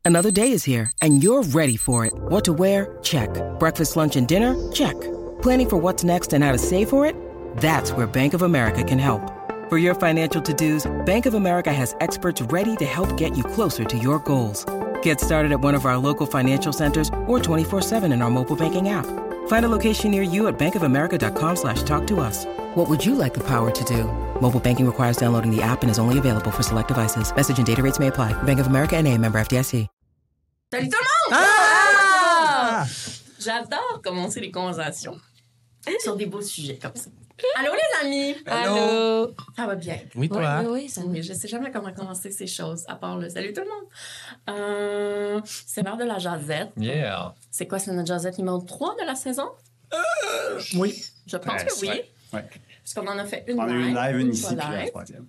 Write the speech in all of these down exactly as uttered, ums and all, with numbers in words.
Another day is here, and you're ready for it. What to wear? Check. Breakfast, lunch, and dinner? Check. Planning for what's next and how to save for it? That's where Bank of America can help. For your financial to-dos, Bank of America has experts ready to help get you closer to your goals. Get started at one of our local financial centers or twenty-four seven in our mobile banking app. Find a location near you at bankofamerica.com slash talk to us. What would you like the power to do? Mobile banking requires downloading the app and is only available for select devices. Message and data rates may apply. Bank of America N A, member F D I C. Salut tout le monde! Ah! J'adore commencer les conversations sur des beaux sujets comme ça. Allô les amis! Allô! Ça va bien? Oui, toi? Oui, oui, ça oui, je sais jamais comment commencer ces choses, à part le salut tout le monde. Euh, c'est l'heure de la jazette. Yeah! C'est quoi, c'est notre jazette numéro trois de la saison? Euh, oui. Je pense ouais, que oui. Ouais. ouais. Parce qu'on en a fait une on live. On a eu une live, une ici, pas puis live. la troisième.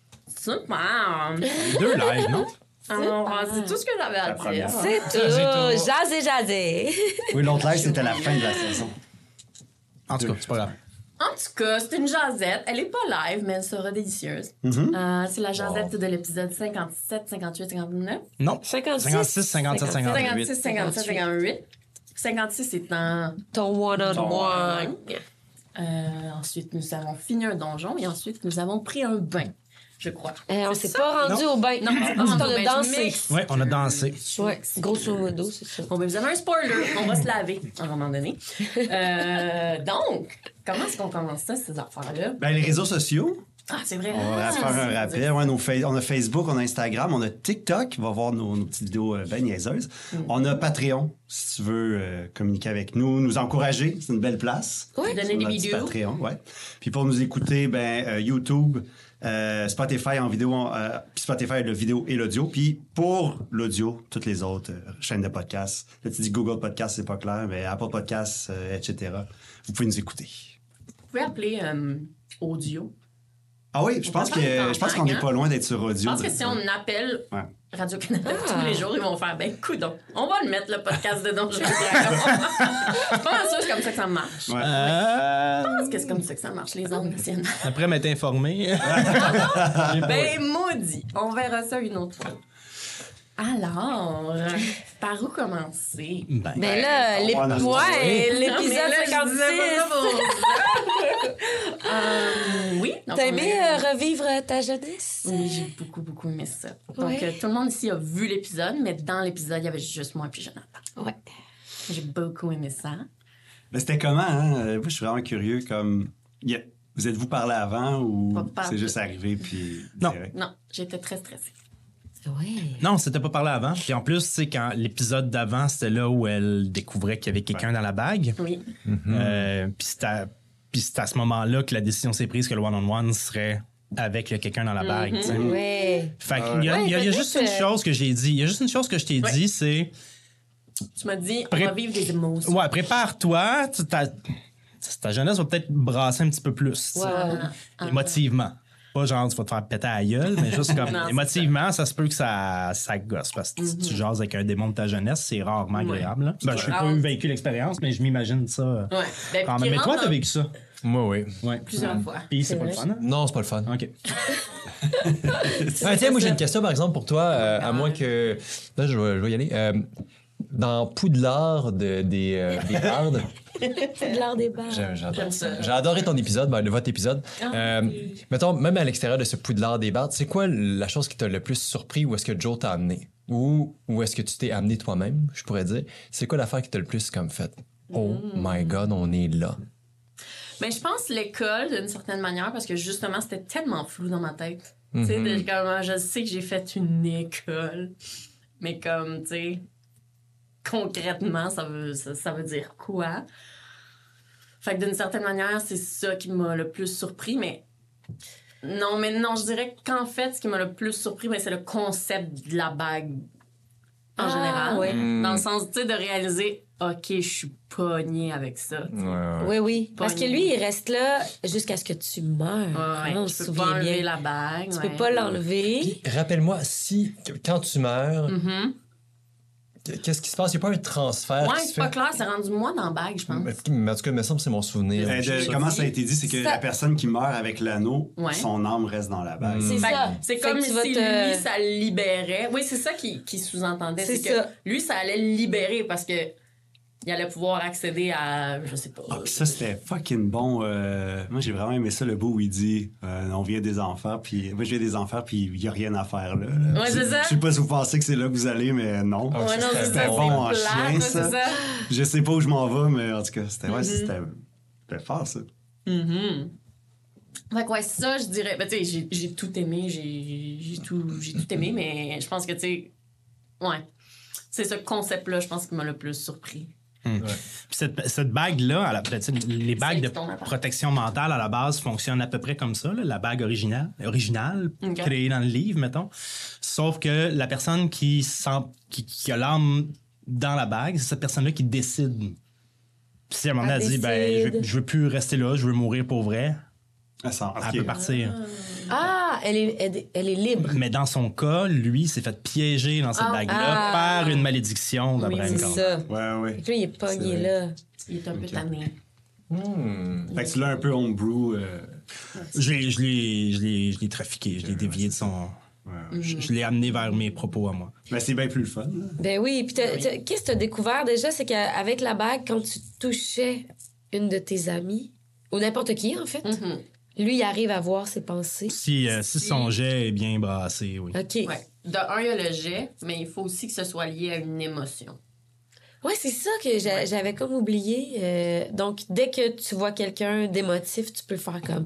Super! Deux lives, non? Alors, c'est tout ce que j'avais à dire. C'est tout. Jaser, jaser. Oui, l'autre live, c'était la fin de la saison. En tout cas, c'est pas grave. En tout cas, c'est une jazette. Elle est pas live, mais elle sera délicieuse. Mm-hmm. Euh, c'est la jazette wow. de l'épisode cinquante-sept, cinquante-huit, cinquante-neuf. Non. cinquante-six, cinquante-six, cinquante-sept, cinquante-huit. cinquante-six, cinquante-sept, cinquante-huit. cinquante-six étant... Ton one-on-one. Euh, ensuite, nous avons fini un donjon et ensuite, nous avons pris un bain, je crois. Euh, on s'est pas rendu non. au bain. Non, on on a a dansé. Oui, on a dansé. Oui, grosso modo, c'est ça. Bon, ben, vous avez un spoiler. On va se laver à un moment donné. Euh, donc, comment est-ce qu'on commence ça, ces affaires-là? Ben, les réseaux sociaux. Ah, c'est vrai. On va ah, faire un rappel. Ouais, nos fa- on a Facebook, on a Instagram, on a TikTok. On va voir nos, nos petites vidéos euh, ben niaiseuses. Mm. On a Patreon, si tu veux euh, communiquer avec nous, nous encourager. C'est une belle place. Oui, donner des vidéos. Patreon, ouais. Puis pour nous écouter, ben euh, YouTube, euh, Spotify en vidéo, euh, puis Spotify le vidéo et l'audio. Puis pour l'audio, toutes les autres euh, chaînes de podcasts. Là, tu dis Google Podcast, c'est pas clair, mais Apple Podcasts, euh, et cetera. Vous pouvez nous écouter. Vous pouvez appeler euh, audio. Ah oui, je pense, que, je pense qu'on n'est pas loin d'être sur audio. Je pense que si on appelle ouais. Radio-Canada ah. tous les jours, ils vont faire « Ben, coudonc, on va le mettre, le podcast de Donjon Dragon. » Je suis pas mal sûre que c'est comme ça que ça marche. Ouais. Euh... Je pense que c'est comme ça que ça marche, les ondes nationales. Après m'être informé. Ben, maudit. On verra ça une autre fois. Alors, par où commencer? Ben, ben là, l'ép... ouais, l'épisode cinquante-six. euh, oui. T'as aimé euh, revivre ta jeunesse? Oui, j'ai beaucoup, beaucoup aimé ça. Donc, ouais. euh, tout le monde ici a vu l'épisode, mais dans l'épisode, il y avait juste moi et Jonathan. Ouais. J'ai beaucoup aimé ça. Mais c'était comment, hein? Moi, je suis vraiment curieux, comme... Yeah. Vous êtes-vous parlé avant ou c'est juste arrivé, puis... Non. Non, j'étais très stressée. Oui. Non, c'était pas parlé avant. Puis en plus, tu sais, quand l'épisode d'avant, c'était là où elle découvrait qu'il y avait quelqu'un ouais. dans la bague. Oui. Mm-hmm. Euh, puis c'était à, puis c'était à ce moment-là que la décision s'est prise que le one-on-one serait avec le quelqu'un dans la bague. Mm-hmm. Oui. Fait qu'il y a, ouais, il y a, il y a juste une chose que j'ai dit. Il y a juste une chose que je t'ai ouais. dit, c'est... Tu m'as dit, Pré... on va vivre des émotions. Ouais, prépare-toi. Ta, ta jeunesse va peut-être brasser un petit peu plus. Ouais. Ah, émotivement. Pas genre, tu vas te faire péter à la gueule, mais juste comme non, émotivement, ça. ça se peut que ça, ça gosse. Parce que mm-hmm. si tu jases avec un démon de ta jeunesse, c'est rarement ouais. agréable. Là. Ben, je n'ai pas eu vécu l'expérience, mais je m'imagine ça. Ouais. Ben, quand même. Mais toi, t'as vécu ça? Moi, oui. Ouais. Plusieurs ouais. fois. Puis c'est, c'est pas le fun? Hein? Non, c'est pas le fun. OK. ah, tiens, moi, j'ai une question, par exemple, pour toi, euh, à moins que... Là, je vais, je vais y aller. Euh, dans Poudlard de, des, euh, des Bardes... Poudlard des Bardes. J'ai, j'adore ça. J'ai adoré ton épisode, ben, votre épisode. Ah, euh, oui. Mettons, même à l'extérieur de ce Poudlard des Bardes, c'est quoi la chose qui t'a le plus surpris ou est-ce que Joe t'a amené? Ou, ou est-ce que tu t'es amené toi-même, je pourrais dire? C'est quoi l'affaire qui t'a le plus comme fait? Oh mm. my God, on est là. Ben, je pense l'école, d'une certaine manière, parce que justement, c'était tellement flou dans ma tête. Mm-hmm. Tu sais, comme, je sais que j'ai fait une école, mais comme, tu sais, concrètement, ça veut, ça, ça veut dire quoi? Fait que d'une certaine manière, c'est ça qui m'a le plus surpris, mais... Non, mais non, je dirais qu'en fait, ce qui m'a le plus surpris, ben, c'est le concept de la bague en ah, général. Oui. Mm. Dans le sens, tu sais, de réaliser... OK, je suis pognée avec ça. Ouais, ouais. Oui, oui. Parce que lui, il reste là jusqu'à ce que tu meurs. Ouais, on tu se peux pas enlever bien. La bague. Tu ouais. peux pas l'enlever. Puis, rappelle-moi, si, quand tu meurs, mm-hmm. Qu'est-ce qui se passe? Il n'y a pas un transfert Ouais, qui se c'est fait? pas clair, c'est rendu moi dans la bague, je pense. Mais, mais en tout cas, il me semble que c'est mon souvenir. Euh, de- comment ça a été dit, c'est que Ça- la personne qui meurt avec l'anneau, Ouais. son âme reste dans la bague. C'est Fait que ça. C'est Fait comme que tu vas si te- lui, ça le libérait. Oui, c'est ça qui, qui sous-entendait. C'est C'est que ça. lui, ça allait le libérer parce que il allait pouvoir accéder à, je sais pas. Ah, puis ça, c'était fucking bon. euh, Moi, j'ai vraiment aimé ça, le bout où il dit euh, on vient des enfers, puis moi, je viens des enfers, puis il n'y a rien à faire là. là. Ouais, c'est ça. Je sais pas si vous pensez que c'est là que vous allez, mais non. Ah, Ouais, non, c'est C'était ça, bon en c'est plate, chien, ouais, ça. c'est ça. Je sais pas où je m'en vais, mais en tout cas, c'était ouais, Mm-hmm. c'était c'était fort, ça. Mhm. Fait que ouais, ça, je dirais. Ben, tu sais, j'ai, j'ai tout aimé, j'ai, j'ai, tout, j'ai tout aimé, mais je pense que, tu sais, ouais. C'est ce concept-là, je pense, qui m'a le plus surpris. Puis cette, cette bague-là, à la- tu sais, les bagues Celle de qui tombe à terre. protection mentale à la base fonctionnent à peu près comme ça, là, la bague originale, originale Ok. créée dans le livre, mettons. Sauf que la personne qui, sent, qui, qui a l'âme dans la bague, c'est cette personne-là qui décide. Puis si à un moment donné, Elle elle dit, ben, je, veux- décide. je veux plus rester là, je veux mourir pour vrai, Ah, ça, elle ok. peut partir. Ah, elle est, elle, elle est libre. Mais dans son cas, lui s'est fait piéger dans cette Ah. bague-là Ah. par une malédiction d'Abraham Oui, C'est Lincoln. ça. Ouais, ouais. Fait que là, il est pogné C'est là. Il est un peu tanné. Hmm. Fait que tu l'as un peu homebrew. Euh... Je l'ai, je l'ai, je l'ai, je l'ai trafiqué, je l'ai dévié de son... ouais. Je, je l'ai amené vers mes propos à moi. Mais c'est bien plus le fun. là. Ben oui, puis t'as- t'as- qu'est-ce que tu as découvert déjà, c'est qu'avec la bague, quand tu touchais une de tes amies, ou n'importe qui en fait, Mhm. lui, il arrive à voir ses pensées. Si, euh, si son jet est bien brassé, oui. OK. Ouais. De un, il y a le jet, mais il faut aussi que ce soit lié à une émotion. Ouais, c'est ça que j'a- j'avais comme oublié. Euh, donc, dès que tu vois quelqu'un d'émotif, tu peux faire comme...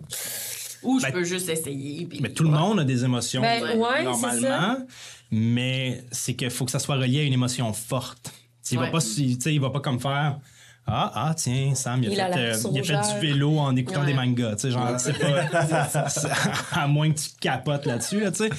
Ou je Ben, peux juste essayer. Puis... Mais tout le monde a des émotions Ben, Ouais, ouais, c'est normalement, ça. mais c'est qu'il faut que ça soit relié à une émotion forte. Il Ouais. va pas, si- tu sais, il va pas comme faire ah ah tiens Sam il a, Il fait, a la euh, il a fait songeur. du vélo en écoutant Ouais. des mangas, tu sais, genre c'est pas c'est- à moins que tu capotes là-dessus, là, tu sais.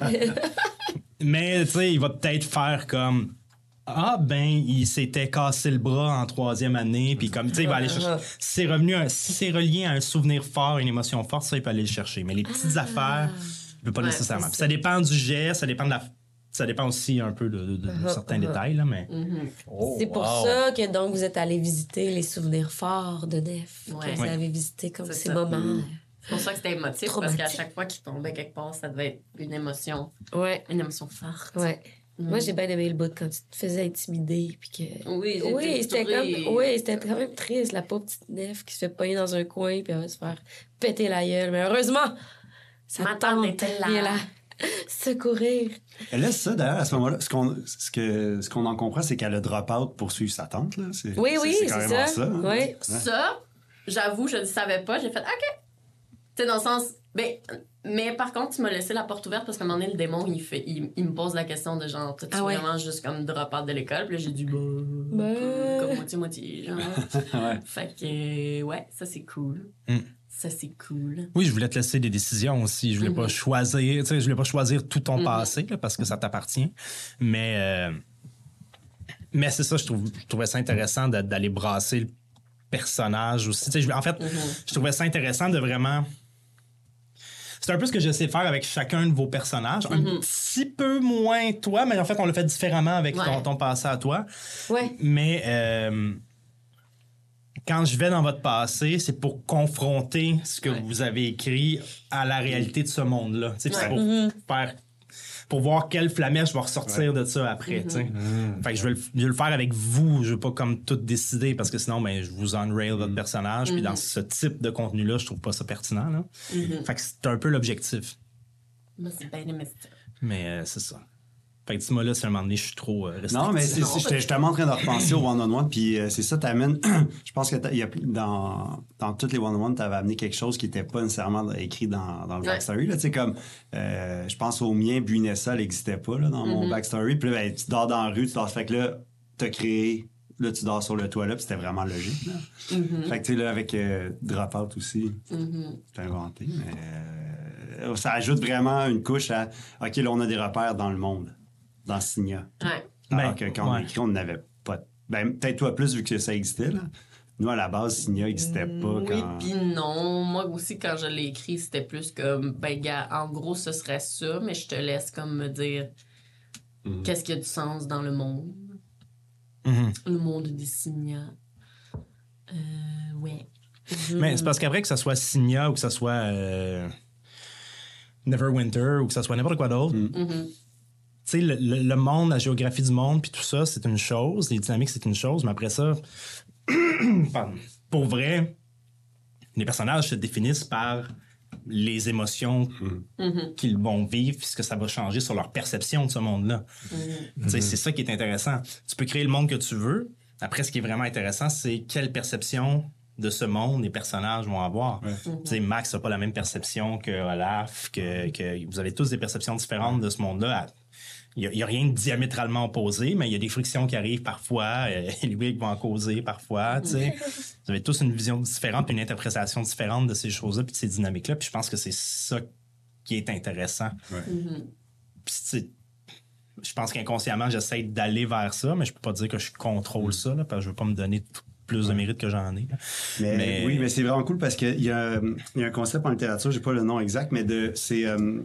Mais tu sais, il va peut-être faire comme ah ben il s'était cassé le bras en troisième année, puis comme tu sais il va aller chercher. Si c'est revenu un- si c'est relié à un souvenir fort, une émotion forte, ça il peut aller le chercher. Mais les petites affaires, il peut pas Ouais, nécessairement. c'est Puis ça dépend du jet, ça dépend de la, ça dépend aussi un peu de, de- de Uh-huh, certains uh-huh. détails là, mais Oh, C'est pour wow. ça que donc vous êtes allé visiter les souvenirs forts de Nef. Ouais. Que vous Ouais. avez visité comme C'est ces ça. moments. C'est pour ça que c'était émotif, Traumatique. parce qu'à chaque fois qu'il tombait quelque part, ça devait être une émotion, Ouais, une émotion forte. ouais. Mm. Moi, j'ai bien aimé le bout quand tu te faisais intimider. Puis que... Oui, Oui, c'était très- comme... oui, c'était quand même triste, la pauvre petite Nef qui se fait pogner dans un coin puis elle va se faire péter la gueule. Mais heureusement, sa Ma tante tante était là. vient la secourir. Elle laisse ça, d'ailleurs, à ce moment-là. Ce qu'on, ce que, ce qu'on en comprend, c'est qu'elle a drop out pour suivre sa tante. Là. C'est, Oui, oui, c'est carrément ça. hein. Oui. Ça, j'avoue, je ne savais pas. J'ai fait OK. Tu sais, dans le sens. Ben, mais par contre, tu m'as laissé la porte ouverte parce qu'à un moment donné, le démon, il, fait, il, il me pose la question de genre, t'as-tu Ah ouais. vraiment juste comme drop out de l'école? Puis là, j'ai dit, bah. Ben. Comme moitié-moitié, genre. Ouais. Fait que, ouais, ça, c'est cool. Mm. Ça, c'est cool. oui, je voulais te laisser des décisions aussi. Je voulais pas choisir, tu sais, je voulais pas choisir tout ton Mhm. passé là, parce que ça t'appartient. Mais euh, mais c'est ça, je, trouve, je trouvais ça intéressant de- d'aller brasser le personnage aussi. Tu sais, je- en fait, je trouvais ça intéressant de vraiment. C'est un peu ce que j'essaie de faire avec chacun de vos personnages. Un petit peu moins toi, mais en fait, on l'a fait différemment avec ton, Ouais. ton passé à toi. Ouais. Mais euh, quand je vais dans votre passé, c'est pour confronter ce que Ouais. vous avez écrit à la réalité de ce monde-là. Tu sais, puis c'est Ouais. pour faire. Pour voir quelle flamèche va ressortir de ça après. tu sais. Fait que je vais, le, je vais le faire avec vous. Je veux pas comme tout décider parce que sinon, ben, je vous unrail votre personnage. Puis dans ce type de contenu-là, je trouve pas ça pertinent. Là. Fait que c'est un peu l'objectif. Moi, c'est bien aimé ça. Mais euh, c'est ça. Fait que dis-moi là si à un moment donné, je suis trop euh, restrictif. Non, mais c'est, Non, c'est- pas j'étais j'étais en train de repenser au one-on-one, puis euh, c'est ça, t'amènes... je pense que t'as- il y a, dans, dans toutes les one-on-one, t'avais amené quelque chose qui n'était pas nécessairement écrit dans, dans le Ouais. backstory. Là, tu sais, comme, euh, je pense au mien, Buinessa, elle n'existait pas là, dans mon backstory. Puis là, ben, tu dors dans la rue, tu dors... Fait que là, t'as créé... Là, tu dors sur le toit, là, puis c'était vraiment logique. Là. Fait que, tu sais, là, avec euh, Dropout aussi, c'est inventé, mais euh, ça ajoute vraiment une couche à... OK, là, on a des repères dans le monde, dans Signa. Ouais. Alors Ben, que quand on a ouais. écrit, on n'avait pas. Ben, peut-être toi plus vu que ça existait. Là. Nous, à la base, Signa n'existait pas. Oui, quand... puis non. Moi aussi, quand je l'ai écrit, c'était plus comme, ben, gars, en gros, ce serait ça, mais je te laisse comme me dire Mhm. qu'est-ce qui a du sens dans le monde. Mm-hmm. Le monde des Signa. Euh, ouais. Mais c'est parce qu'après, que ce soit Signa ou que ce soit euh, Neverwinter ou que ce soit n'importe quoi d'autre, Mm-hmm. tu sais, le, le, le monde, la géographie du monde, puis tout ça, c'est une chose. Les dynamiques, c'est une chose. Mais après ça, pardon, pour vrai, les personnages se définissent par les émotions Mm-hmm. qu'ils vont vivre, puisque ça va changer sur leur perception de ce monde-là. Mm-hmm. Tu sais, c'est ça qui est intéressant. Tu peux créer le monde que tu veux. Après, ce qui est vraiment intéressant, c'est quelle perception de ce monde les personnages vont avoir. Ouais. Tu sais, Max n'a pas la même perception que Olaf, que, que vous avez tous des perceptions différentes de ce monde-là. Il n'y a, a rien de diamétralement opposé, mais il y a des frictions qui arrivent parfois. Euh, les va en causer parfois. Tu sais. Vous avez tous une vision différente, puis une interprétation différente de ces choses-là, puis de ces dynamiques-là. Puis je pense que c'est ça qui est intéressant. Ouais. Mm-hmm. Puis c'est- je pense qu'inconsciemment, j'essaie d'aller vers ça, mais je peux pas dire que je contrôle ça, là, parce que je veux pas me donner t- plus de mérite que j'en ai. là. Mais, Mais- oui, mais c'est vraiment cool parce qu'il y, a, il y a un concept en littérature, j'ai pas le nom exact, mais de c'est euh,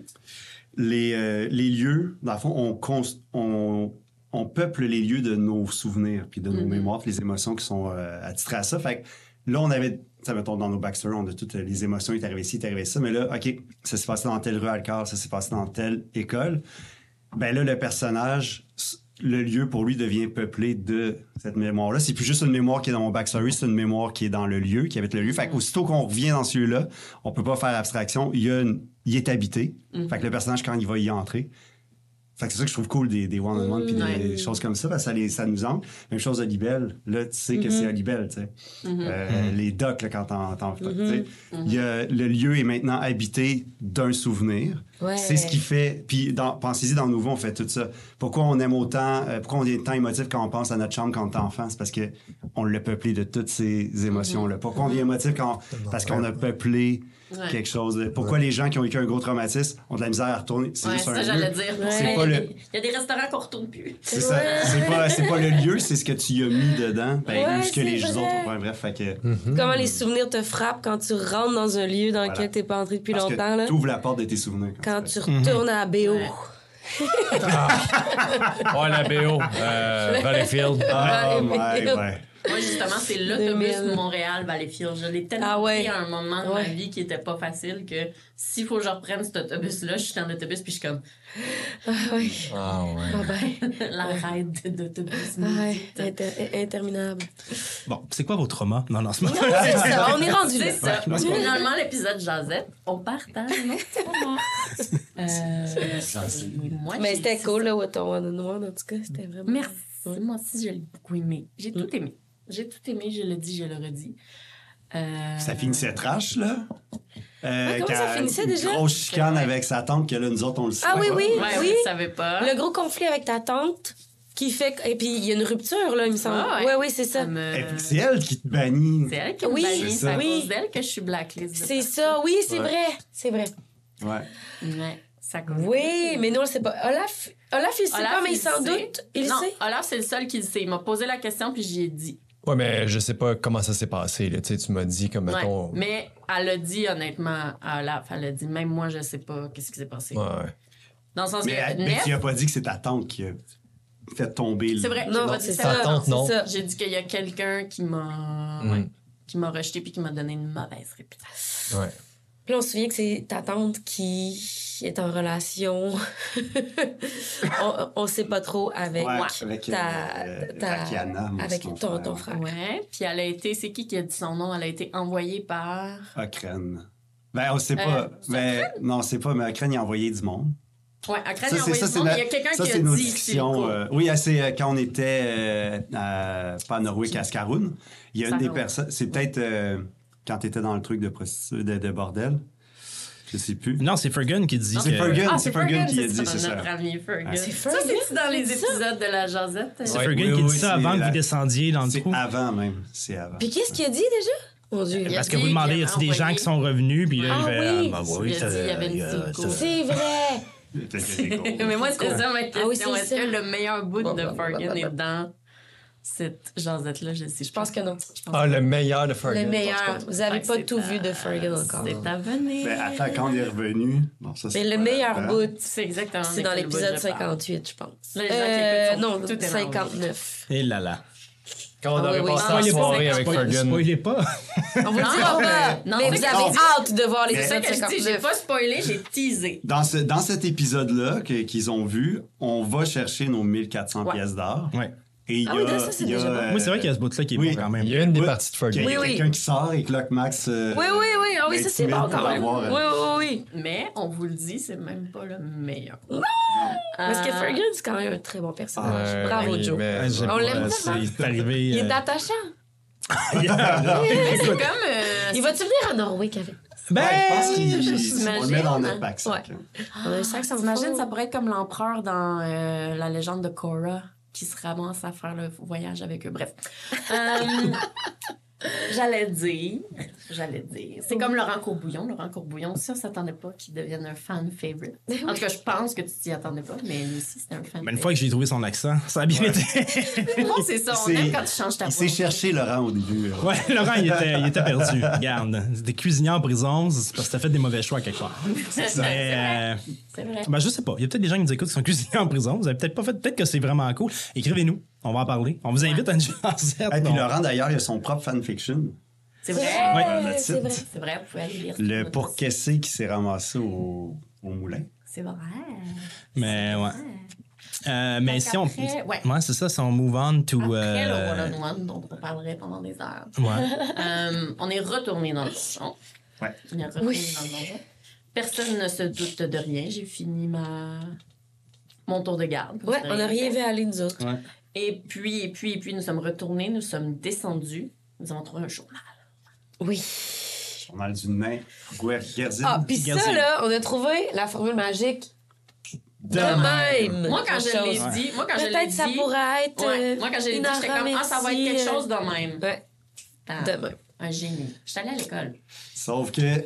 les, euh, les lieux, dans le fond, on, cons- on, on peuple les lieux de nos souvenirs puis de nos Mhm. mémoires puis les émotions qui sont euh, attitrées à ça. Fait que là, on avait, ça mettons, dans nos backstories, on a toutes les émotions, il est arrivé ci, il est arrivé ça, mais là, OK, ça s'est passé dans telle rue Alcar, ça s'est passé dans telle école. Ben là, le personnage, le lieu pour lui devient peuplé de cette mémoire-là. C'est plus juste une mémoire qui est dans mon backstory, c'est une mémoire qui est dans le lieu, qui habite le lieu. Fait qu'aussitôt qu'on revient dans ce lieu-là, on peut pas faire abstraction. Il, y a une- il est habité. Mm-hmm. Fait que le personnage, quand il va y entrer, fait que c'est ça que je trouve cool des, des one-on-one puis des Ouais. choses comme ça, parce que ça, les, ça nous ancre. Même chose de Libelle. Là, tu sais que c'est à Libelle, tu sais. Euh, Les docks, là, quand t'en... t'en- tu sais. Il y a, le lieu est maintenant habité d'un souvenir. Ouais. C'est ce qui fait... Puis dans, pensez-y, dans Nouveau, on fait tout ça. Pourquoi on aime autant... euh, pourquoi on est tant émotif quand on pense à notre chambre quand on est enfant? C'est parce que on l'a peuplé de toutes ces émotions-là. Pourquoi on est émotif quand... Parce qu'on a peuplé Ouais. quelque chose. de- Pourquoi les gens qui ont vécu un gros traumatisme ont de la misère à retourner? C'est Ouais, juste c'est un ça, lieu. j'allais dire. C'est Ouais. pas le... Il y a des restaurants qu'on retourne plus. C'est ça. Ouais. C'est pas, c'est pas le lieu, c'est ce que tu y as mis dedans. Ben, Ouais, ou ce que c'est les vrai. autres. Ouais, bref, fait que. Comment les souvenirs te frappent quand tu rentres dans un lieu dans Voilà. lequel t'es pas entré depuis Parce longtemps. que Là. tu ouvres la porte de tes souvenirs. Quand tu tu retournes à la B O. Ouais. Oh, la B O, euh, Valleyfield. Ah, Ouais, ouais, mais- ouais. Moi, justement, c'est l'autobus deux mille. Montréal-Valleyfield. Je l'ai tellement Ah ouais. pris à un moment de ma Ouais. vie qui était pas facile que s'il faut que je reprenne cet autobus-là, je suis en autobus puis je suis comme Ah ouais. Ah, ouais. Ah ben. la ride d'autobus. Ah ouais. maudite. Inter- interminable. Bon, c'est quoi vos traumas? Non, non, c'est pas C'est ça, on est rendu là. C'est ça. Finalement, l'épisode Jazette, on partage nos traumas. Euh, moi, Mais j'ai c'était dit cool, ça. là, ton one on one, en tout cas. C'était vraiment. Merci. Ouais. Moi aussi, je l'ai beaucoup aimé. J'ai tout aimé. J'ai tout aimé, je le dis, je le redis. Euh, Ça finissait trash, là. Euh, Ah, comment ça quand- finissait une déjà? grosse chicane Ouais. avec sa tante que là, nous autres, on le sait. Ah oui, oui. Ouais, oui. je savais pas. Le gros conflit avec ta tante qui fait. que- Et puis, il y a une rupture, là, il me semble. Ah oui, ouais. oui, c'est ça. Ça me- Et puis, c'est elle qui te bannit. C'est elle qui me Oui, bannit, c'est c'est ça. à Oui. cause d'elle que je suis blacklist. de C'est partout. ça, oui, c'est Ouais. vrai. C'est vrai. Ouais. Ouais, ça compte. Oui, mais non, c'est pas. Olaf, Olaf il sait Olaf, pas, mais il il s'en sait. doute. Il non, sait. Olaf, c'est le seul qui le sait. Il m'a posé la question, puis j'y ai dit. Ouais, mais je sais pas comment ça s'est passé. Là. Tu sais, tu m'as dit comme, Ouais. mettons... Mais elle a dit, honnêtement, à Olaf, elle a dit, même moi, je sais pas qu'est-ce qui s'est passé. Ouais, ouais. Dans le sens Mais, que mais Nef, tu as pas dit que c'est ta tante qui a fait tomber le. c'est vrai, Non, j'ai pas dit c'est ça. ça. Ta tante, non. C'est ça. J'ai dit qu'il y a quelqu'un qui m'a Mm. ouais, qui m'a rejeté puis qui m'a donné une mauvaise réputation. Ouais. Puis là, on se souvient que c'est ta tante qui est en relation. on, on sait pas trop avec, Ouais, avec ta, euh, ta- Rakiana, moi, avec c'est ton, ton ton frère. frère. Ouais, puis elle a été, c'est qui qui a dit son nom? Elle a été envoyée par... Okren. Ben, on sait pas. Euh, c'est ben, non, on sait pas, mais Okren, il a envoyé du monde. Ouais, à Crane, Ça, il a c'est- envoyé ça, du c'est monde. la- Il y a quelqu'un ça, qui c'est a nos dit... discussions. c'est cool. euh, oui, c'est euh, quand on était euh, à, pas à Norway, à Scaroun. Il y a une des Scaroun. personnes. C'est peut-être euh, quand tu étais dans le truc de, prostitu- de, de bordel. Je sais plus. Non, c'est Fergus qui dit Non, que... c'est Fergus. Ah, c'est Fergus qui a c'est dit, c'est ça. Notre ami Fergus. Ah, c'est Ça, Fergus, c'est-tu dans les c'est ça? épisodes de la Josette? C'est Ouais. Fergus Oui, qui oui, dit ça c'est avant que la- vous descendiez dans le C'est trou. avant même. C'est avant. Puis qu'est-ce qu'il a dit déjà? Mon Dieu. Il a Parce que dit vous demandez, qu'il y avait a-t-il des gens envoyé- qui sont revenus? Puis là, Ah il fait, oui. ah, bah Il a oui, dit, ça- il y avait une euh, psycho. ça- C'est vrai. Peut-être que c'est cool. Mais moi, c'est ça ma Ah oui, question. c'est Est-ce ça. que le meilleur bout de Fergus est dans cette jasette-là, je sais. Je pense que non. Ah, le meilleur de Fergus. Le meilleur. Vous n'avez pas tout à... vu de Fergus encore. C'est à venir. Ben, attends, quand on est revenu... Bon, ça, Mais le meilleur hein? bout, c'est exactement c'est dans l'épisode cinquante-huit, je pense. Les gens Euh, qui non, écoutent, tout est cinquanteneuf. Et là là. Quand on Ah avait oui, oui. passé Ah, la c'est soirée pas- avec Spoil- Fergus. Spoilez pas. On vous le Non, dira pas, non, mais c'est vous que- avez hâte de voir C'est l'épisode ça que je dis, j'ai cinquante-neuf. pas spoilé, j'ai teasé. Dans, ce, dans cet épisode-là que- qu'ils ont vu, on va chercher nos mille quatre cents Ouais. pièces d'or. Ouais. Et il y Ah a, oui, ça, c'est il y a, déjà bon. euh, Moi, c'est vrai qu'il y a ce bout-là qui est oui. bon quand même. Il y a une des Oui. parties de qu'il Fergus. y a Oui, oui. quelqu'un qui sort et que Lock Max... euh, Oui, oui, oui. Ah oui, ça, c'est bon quand pour même. avoir, Oui, euh, oui, oui. Mais on vous le dit, c'est même pas le meilleur. Parce que Euh, Fergus, c'est quand même un très bon personnage. Euh, Bravo, oui, Joe. mais- Ouais, j'ai On pas- l'aime c'est tellement. c'est arrivé. Il est euh, attachant. C'est comme. euh, Il va-tu venir à Norway, Kevin? Ben, ouais, je pense qu'il j'imagine. on le met dans notre pack sac. Ouais. là. On a un sac sans T'imagines, fond. ça pourrait être comme l'empereur dans euh, la légende de Korra qui se ramasse à faire le voyage avec eux. Bref. Euh, J'allais dire, j'allais dire, c'est comme Laurent Courbouillon. Laurent Courbouillon, si on s'attendait pas qu'il devienne un fan favorite. En tout cas, je pense que tu t'y attendais pas, mais lui aussi, c'était un fan Ben, une fois que j'ai trouvé son accent, ça a bien été. Non, c'est ça, on C'est- aime quand tu changes ta Il voix. s'est cherché Laurent au début. là. Ouais, Laurent, il était, il était perdu. Regarde, c'était cuisinier en prison, c'est parce que t'as fait des mauvais choix quelque part. C'est Mais, vrai. euh, C'est vrai. ben, je sais pas. Il y a peut-être des gens qui nous écoutent qui sont cuisiniers en prison. Vous avez peut-être pas fait. Peut-être que c'est vraiment cool. Écrivez-nous. On va en parler. On vous invite à une chance. Et puis Laurent, d'ailleurs, il a son propre fanfiction. C'est vrai. Ouais. Euh, c'est vrai. C'est vrai, vous pouvez aller lire. Le ça. pour Kessé qui s'est ramassé au, au moulin. C'est vrai. Mais ouais. Euh, mais Donc si on. après, ouais. c'est ça, si on move on to. Après euh, le one-on-one dont on parlerait pendant des heures. Ouais. Euh, on est retourné dans le donjon. Ouais. On est retourné Oui. dans le donjon. Personne ne se doute de rien. J'ai fini ma... mon tour de garde. Ouais, on n'a rien vu aller, nous autres. Ouais. Et puis, et puis, et puis, nous sommes retournés, nous sommes descendus. Nous avons trouvé un journal. Oui. Journal du nain. Guerdzine. Ah, puis ça, Gazelle. là, on a trouvé la formule magique de Demain. même. Moi, quand je Chose. l'ai dit, moi, quand je l'ai Peut-être dit... ça pourrait être. Ouais. euh, Moi, quand je l'ai une dit, j'étais comme, ah, ça va être quelque aramétie, chose de même. Ouais, Ah, demain. un génie. Je suis allée à l'école. Sauf que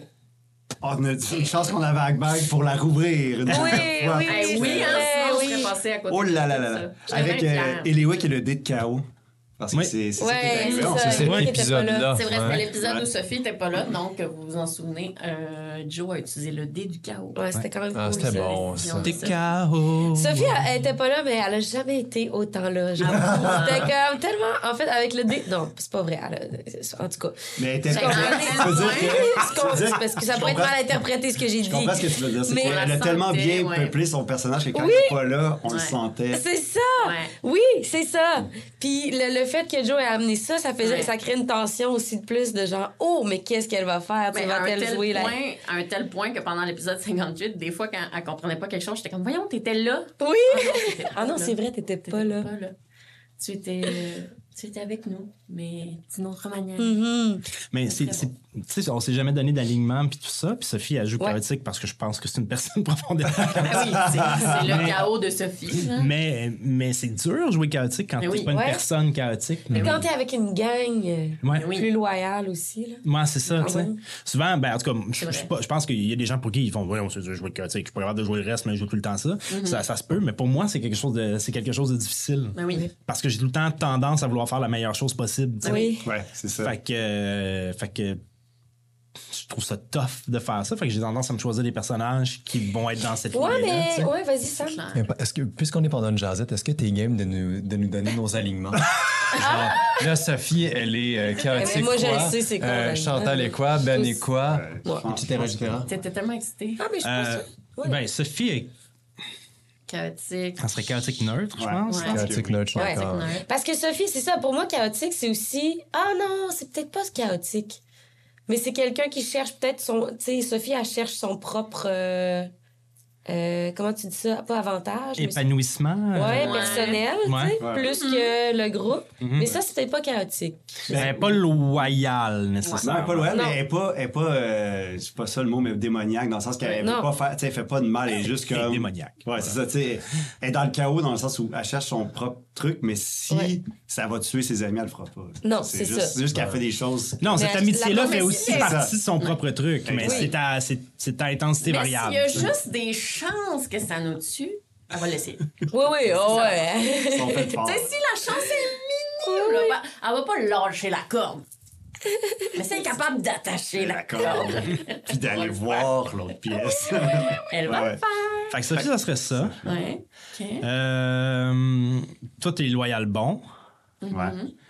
on a dit une chance qu'on avait Hackbag pour la rouvrir. Une Oui, dernière fois. oui, Eh oui, c'est hein, vrai, sinon, oui. je serais passée à côté Oh là là de là ça. là. J'étais Avec bien euh, fière. Eliwick et le dé de chaos. Parce que Oui. c'est c'est ça qui est Ouais, arrivé. c'est On ça. s'est- C'est cet Eliwick était pas là. épisode-là. C'est vrai, c'était Ouais. l'épisode Ouais. où Sophie n'était pas là, donc vous vous en souvenez, euh, Joe a utilisé le dé du chaos. Ouais, c'était quand même Ah, cool. c'était ça. bon, ça. T'es K O. Sophie, elle, elle était pas là, mais elle a jamais été autant là. Genre, c'était comme tellement. En fait, avec le dé. Non, c'est pas vrai. Elle a- En tout cas. Mais elle était J'ai pas compris. Je veux dire que- C'est con- je veux dire- parce que ça je pourrait être comprends- mal interprété ce que j'ai dit. Je comprends ce que tu veux dire. C'est Mais- qu'elle a On la tellement sentait, bien ouais. peuplé son personnage que quand Oui. il n'est pas là, on le Ouais. sentait. C'est ça! Ouais. Oui, c'est ça! Puis le, le fait que Joe ait amené ça, ça, faisait, Ouais. ça crée une tension aussi de plus de genre, oh, mais qu'est-ce qu'elle va faire? Tu sais, Mais à un, va-t-elle tel jouer là? point, à un tel point que pendant l'épisode cinquante-huit, des fois, quand elle comprenait pas quelque chose, j'étais comme, voyons, t'étais là. Oui! T'étais Ah non, là. c'est vrai, t'étais T'étais pas là. pas là. Tu étais, euh, tu étais avec nous, mais d'une autre manière. Mhm. Mais c'est, c'est- tu sais, on s'est jamais donné d'alignement puis tout ça. Puis Sophie, elle joue Ouais. chaotique parce que je pense que c'est une personne profondément. Ah oui, c'est, c'est le chaos de Sophie. là. mais, mais c'est dur jouer chaotique quand Mais t'es oui. pas une Ouais. personne chaotique. Mais Mais quand t'es avec une gang euh, ouais. Oui. plus loyale aussi, là. Moi, c'est ça, Ah tu sais. ouais. Souvent, ben, en tout cas, je- C'est je, vrai. pas- je pense qu'il y a des gens pour qui ils font, voyons, c'est dur de jouer chaotique. Je suis pas capable de jouer le reste, mais je joue tout le temps ça. ça. Ça se peut, mais pour moi, c'est quelque chose de, c'est quelque chose de difficile. Ben oui. Parce que j'ai tout le temps tendance à vouloir faire la meilleure chose possible, tu sais. Oui. Ouais, c'est ça. Fait que, euh, fait que je trouve ça tough de faire ça. Fait que j'ai tendance à me choisir des personnages qui vont être dans cette Ouais, lignée-là, tu mais. sais. Ouais, vas-y, Sam. Claire. Mais pas- Est-ce que, puisqu'on est pendant une jasette, est-ce que t'es game de nous, de nous donner nos alignements? Genre, là, Sophie, elle est euh, chaotique. Mais moi, je quoi? le sais, c'est quoi, Euh, l'alignement. Chantal est quoi? Ben est quoi? Ouais, Ouais. je Et cetera, et cetera. T'étais tellement excitée. Ah, mais je pense Euh, que. Ouais. Ben, Sophie, est- Chaotique. elle serait chaotique neutre, je Ouais. pense. Ouais. Chaotique, notre je suis Ouais. d'accord. Chaotique, Parce que Sophie, c'est ça. Pour moi, chaotique, c'est aussi. Ah non, c'est peut-être pas chaotique. Mais c'est quelqu'un qui cherche peut-être son. Tu sais, Sophie, elle cherche son propre. euh, euh, comment tu dis ça? Pas avantage. mais Épanouissement. c'est- euh, Ouais, Ouais. personnel, tu sais, Ouais. Ouais. plus que le groupe. Mhm. Mais ça, c'est peut-être pas chaotique. Ben, pas loyal, Non, nécessairement. elle est pas loin, Non. mais elle est pas, elle est pas euh, c'est pas ça le mot, mais démoniaque, dans le sens qu'elle Non. veut pas faire, tu sais, elle fait pas de mal, elle est juste Elle est comme. démoniaque. Ouais, c'est ça, tu sais. Elle est dans le chaos dans le sens où elle cherche son propre truc, mais si Ouais. ça va tuer ses amis, elle le fera pas. Non, c'est juste, ça. C'est juste qu'elle fait des choses. Non, Mais cette la- amitié-là la fait promesse, aussi c'est partie de son propre truc, mais Oui. c'est à, c'est, c'est à intensité Mais variable. s'il y a tu sais. juste des chances que ça nous tue, elle va le laisser. Oui, oui, oh, ouais. Ils sont faits forts. Tu sais, si la chance est là, va- elle va pas lâcher la corde. Mais c'est capable d'attacher la corde. Puis d'aller voir l'autre pièce. Elle va Ouais, le ouais. faire. Fait que Sophie, ça serait ça. Ouais. OK. Euh, toi, t'es loyal bon. Ouais.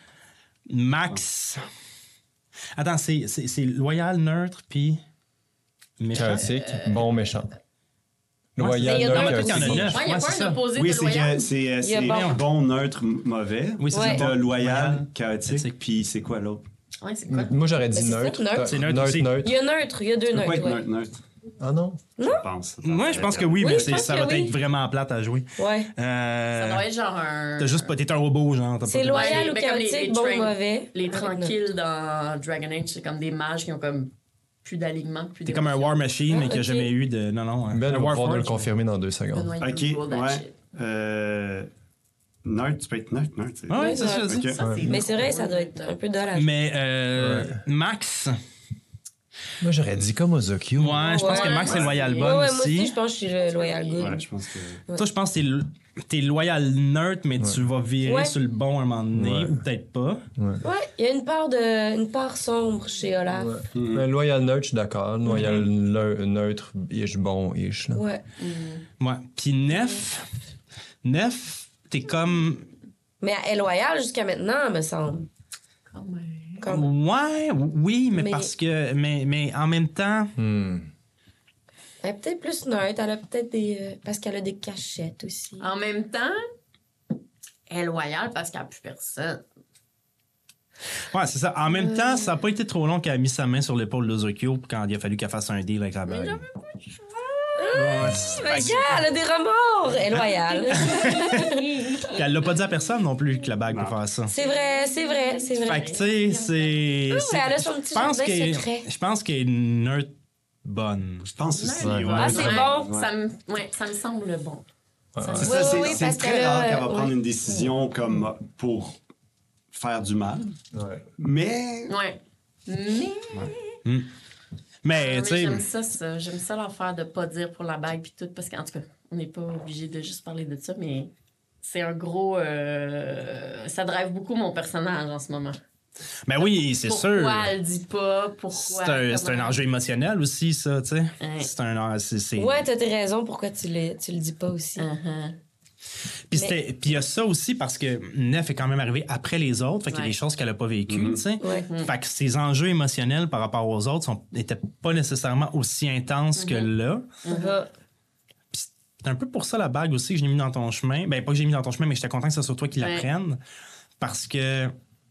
Max. Attends, c'est, c'est, c'est loyal, neutre, puis méchant. Chaotique, bon, méchant. Ouais, Loyal, mais il y a neutre, deux Peut-être qu'il y en a chaotique. neuf. Ouais, il n'y a Ouais, pas c'est un ça. opposé Oui, de c'est loyal. que c'est, euh, Il y a c'est bon. bon, neutre, m- mauvais. Oui, c'est Ouais. ça. T'as loyal, Loyal, chaotique, chaotique. puis c'est quoi l'autre? Ouais, c'est quoi? Moi, j'aurais dit Mais c'est ça, neutre. neutre. T'as- C'est neutre neutre, aussi. Il neutre. y a neutre, il y a deux Ça peut pas neutres, être ouais. neutre, neutre, Ah non? je pense. Moi, je pense que oui, Oui, mais je c'est- pense ça que va oui. être vraiment plate à jouer. Ouais. Euh, Ça doit être genre un... T'as juste pas. T'es un robot, genre. t'as C'est pas- loyal Ouais, ou mais comme les- chaotique, les bon train- ou mauvais. Les Avec neutre. tranquilles dans Dragon Age, c'est comme des mages qui ont comme plus d'alignement, plus T'es comme un War Machine, Ah, mais qui a ok. jamais eu de. Non, non. Ben, un on va War pouvoir nous le Forge. confirmer dans deux secondes. Ok, ouais. Euh, neutre, tu peux être neutre, neutre. c'est- Ah ouais, c'est ça, Ouais. je dis. Ok. Ça, c'est Mais c'est vrai, ça doit être un peu dollage. Mais euh, Ouais. Max. Moi, j'aurais dit comme Ozokyo. Ouais, je pense Ouais. que Max est Ouais. loyal Ouais, bon Ouais, ouais, moi aussi. aussi, je pense que je suis le loyal good. Ouais, je pense que. Toi, je pense que t'es, lo- t'es loyal neutre, mais tu vas virer Ouais. sur le bon à un moment donné, Ouais. ou peut-être pas. Ouais, il y a une part, de, une part sombre chez Olaf. Ouais. Mais loyal neutre, je suis d'accord. Loyal le- neutre, ish bon, ish. là. Ouais. Ouais. Puis Nef. Nef, t'es comme. Mais elle est loyale jusqu'à maintenant, me semble. Quand même. Comme... Ouais, oui, mais, Mais- parce que. Mais, mais en même temps. Hmm. Elle est peut-être plus neutre. Elle a peut-être des... euh, parce qu'elle a des cachettes aussi. En même temps, elle est loyale parce qu'elle n'a plus personne. Ouais, c'est ça. En même temps, ça n'a pas été trop long qu'elle a mis sa main sur l'épaule de Zokyo quand il a fallu qu'elle fasse un deal avec la bague. Ouais, c'est- Mais gars, elle a des remords! Elle est loyale. Puis elle l'a pas dit à personne non plus que la bague peut faire ça. c'est vrai, c'est vrai, c'est vrai. Fait que, tu sais, c'est. Ah, c'est- elle a son petit je pense jardin qu'elle- secret. Je pense qu'elle est neutre bonne. Je pense aussi. Ouais. ouais. Ah, c'est Ouais, bon. Ça me, ouais, ça me semble bon. Ça me- C'est Ouais, ça, c'est ouais, ouais, c'est parce très qu'elle a- rare qu'elle va prendre ouais. une décision comme pour faire du mal. Ouais. Mais. Ouais. Mais... Mais, Ah, tu sais. j'aime ça, ça. J'aime ça l'affaire de pas dire pour la bague puis tout, parce qu'en tout cas, on n'est pas obligé de juste parler de ça, mais c'est un gros... euh, Ça drive beaucoup mon personnage en ce moment. Ben oui, c'est Pourquoi sûr. elle dit pas, pourquoi... C'est un, c'est un comment- enjeu émotionnel aussi, ça, tu sais. Ouais. C'est un. c'est- c'est- Ouais, t'as tes raisons pourquoi tu, le, tu le dis pas aussi. Uh-huh. Puis c'était- puis il y a ça aussi parce que Nef est quand même arrivé après les autres, fait qu'il y a Ouais. des choses qu'elle a pas vécues, tu sais. Ouais. Fait que ses enjeux émotionnels par rapport aux autres sont, étaient pas nécessairement aussi intenses que là. Ah. C'est un peu pour ça la bague aussi que j'ai mis dans ton chemin. Ben pas que j'ai mis dans ton chemin, mais j'étais content que ce soit toi qui la Ouais. prenne. Parce que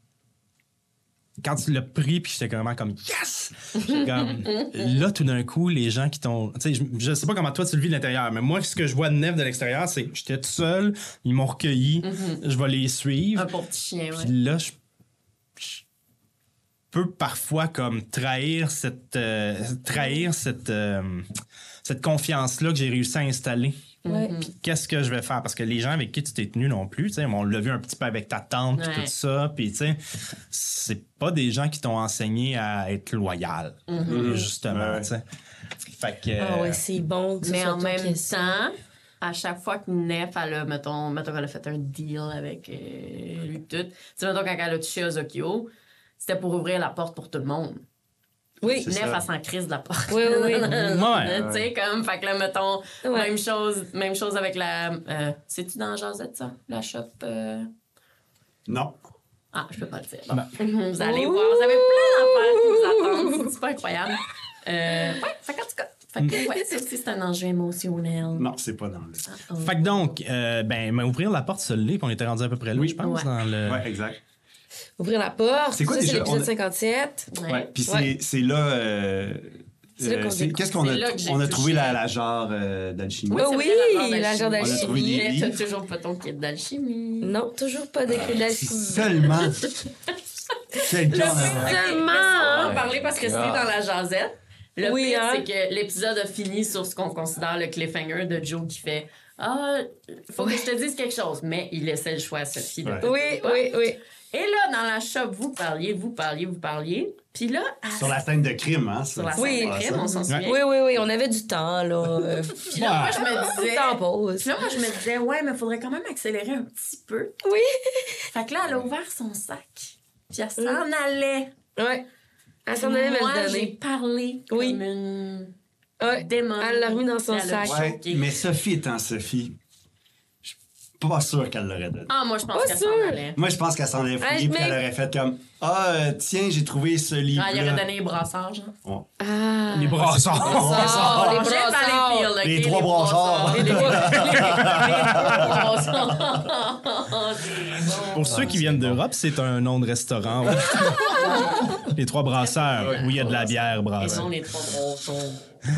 quand tu l'as pris, puis j'étais vraiment comme yes! J'étais comme, là, tout d'un coup, les gens qui t'ont. Tu sais, je, je sais pas comment toi tu le vis de l'intérieur, mais moi, ce que je vois de Nef de l'extérieur, c'est que j'étais tout seul, ils m'ont recueilli, je vais les suivre. Un pauvre petit chien, ouais. Puis là, je, je peux parfois comme trahir cette euh, trahir cette euh, cette confiance-là que j'ai réussi à installer. Ouais. Puis qu'est-ce que je vais faire? Parce que les gens avec qui tu t'es tenu non plus, tu sais, on l'a vu un petit peu avec ta tante puis Ouais. tout ça, puis tu sais, c'est pas des gens qui t'ont enseigné à être loyal, justement, Ouais. tu sais. Fait que... Ah ouais, c'est bon que ce Mais soit en toi même qui essaie. temps, à chaque fois que Nef, elle a, mettons, mettons qu'elle a fait un deal avec euh, lui tout, tu sais, mettons, quand elle a touché Ozokyo, c'était pour ouvrir la porte pour tout le monde. Oui. C'est Nef, ça. elle s'en crise de la porte. Oui, oui, oui. Ouais. Tu sais, comme, fait que là, mettons, Ouais. même chose, même chose avec la... euh, c'est-tu dans Jazette, ça? La shop... euh, Non. Ah, je peux pas le dire. Ben. Vous allez voir, vous avez plein d'affaires qui vous attendent. C'est pas incroyable. Euh, ouais, fait qu'en tout cas, fait que, ouais, c'est aussi c'est un enjeu émotionnel. Non, c'est pas dans le. Oh. Fait que donc, euh, ben, mais ouvrir la porte se l'est, puis on était rendu à peu près là, Oui. je pense, Ouais. dans le... Ouais, exact. Ouvrir la porte. C'est quoi ça, c'est déjà? l'épisode On a- cinquante-sept. Ouais. Ouais. Puis c'est Ouais. c'est là. euh, C'est là euh, qu'on c'est- découvre. Qu'est-ce qu'on C'est là a, que j'ai on a touché. trouvé la, la jarre euh, d'alchimie? Oui, c'est oui, vrai, la jarre On a trouvé d'alchimie. des- Mais t'as toujours pas ton kit d'alchimie. Non, toujours pas de clé Si d'alchimie. seulement. Quelqu'un. Le- en- Seulement, On va en hein. parler parce que c'était dans la jasette. Le Oui, pire, hein. c'est que l'épisode a fini sur ce qu'on considère le cliffhanger de Joe qui fait Ah, faut que je te dise quelque chose. Mais il laissait le choix à Sophie. Ouais. Oui, oui, oui. Et là, dans la shop, vous parliez, vous parliez, vous parliez. Puis là... À... Sur la scène de crime, hein? Sur la ça. scène Oui. de crime, on s'en souvient. Oui, oui, oui, on avait du temps, là. Euh, Puis là, moi, je me disais... Temps en pause. Puis là, moi, je me disais, ouais, mais il faudrait quand même accélérer un petit peu. Oui. Fait que là, elle a ouvert son sac. Puis elle s'en allait. Ouais. Elle s'en allait me Moi, le j'ai donner. parlé Oui. comme une Ouais. démon. Elle l'a remis dans son Elle a sac. Ouais, choqué. mais Sophie étant Sophie, je suis pas sûr qu'elle l'aurait donné. Ah, moi, je pense Pas qu'elle sûr. s'en allait. Moi, je pense qu'elle s'en allait Ah, fouiller, puis mais- elle aurait fait comme Ah, euh, tiens, j'ai trouvé ce livre. Ah, il aurait donné les brassards, genre. Oh. Ah. Les brassards. Oh, les J'ai brassards. pas les pires, là, Les ok, trois brassards. Les trois brassards. Pour ceux qui viennent d'Europe, c'est un nom de restaurant. Les trois brasseurs, où il y a de la bière Ils brassée. sont les trois brassards.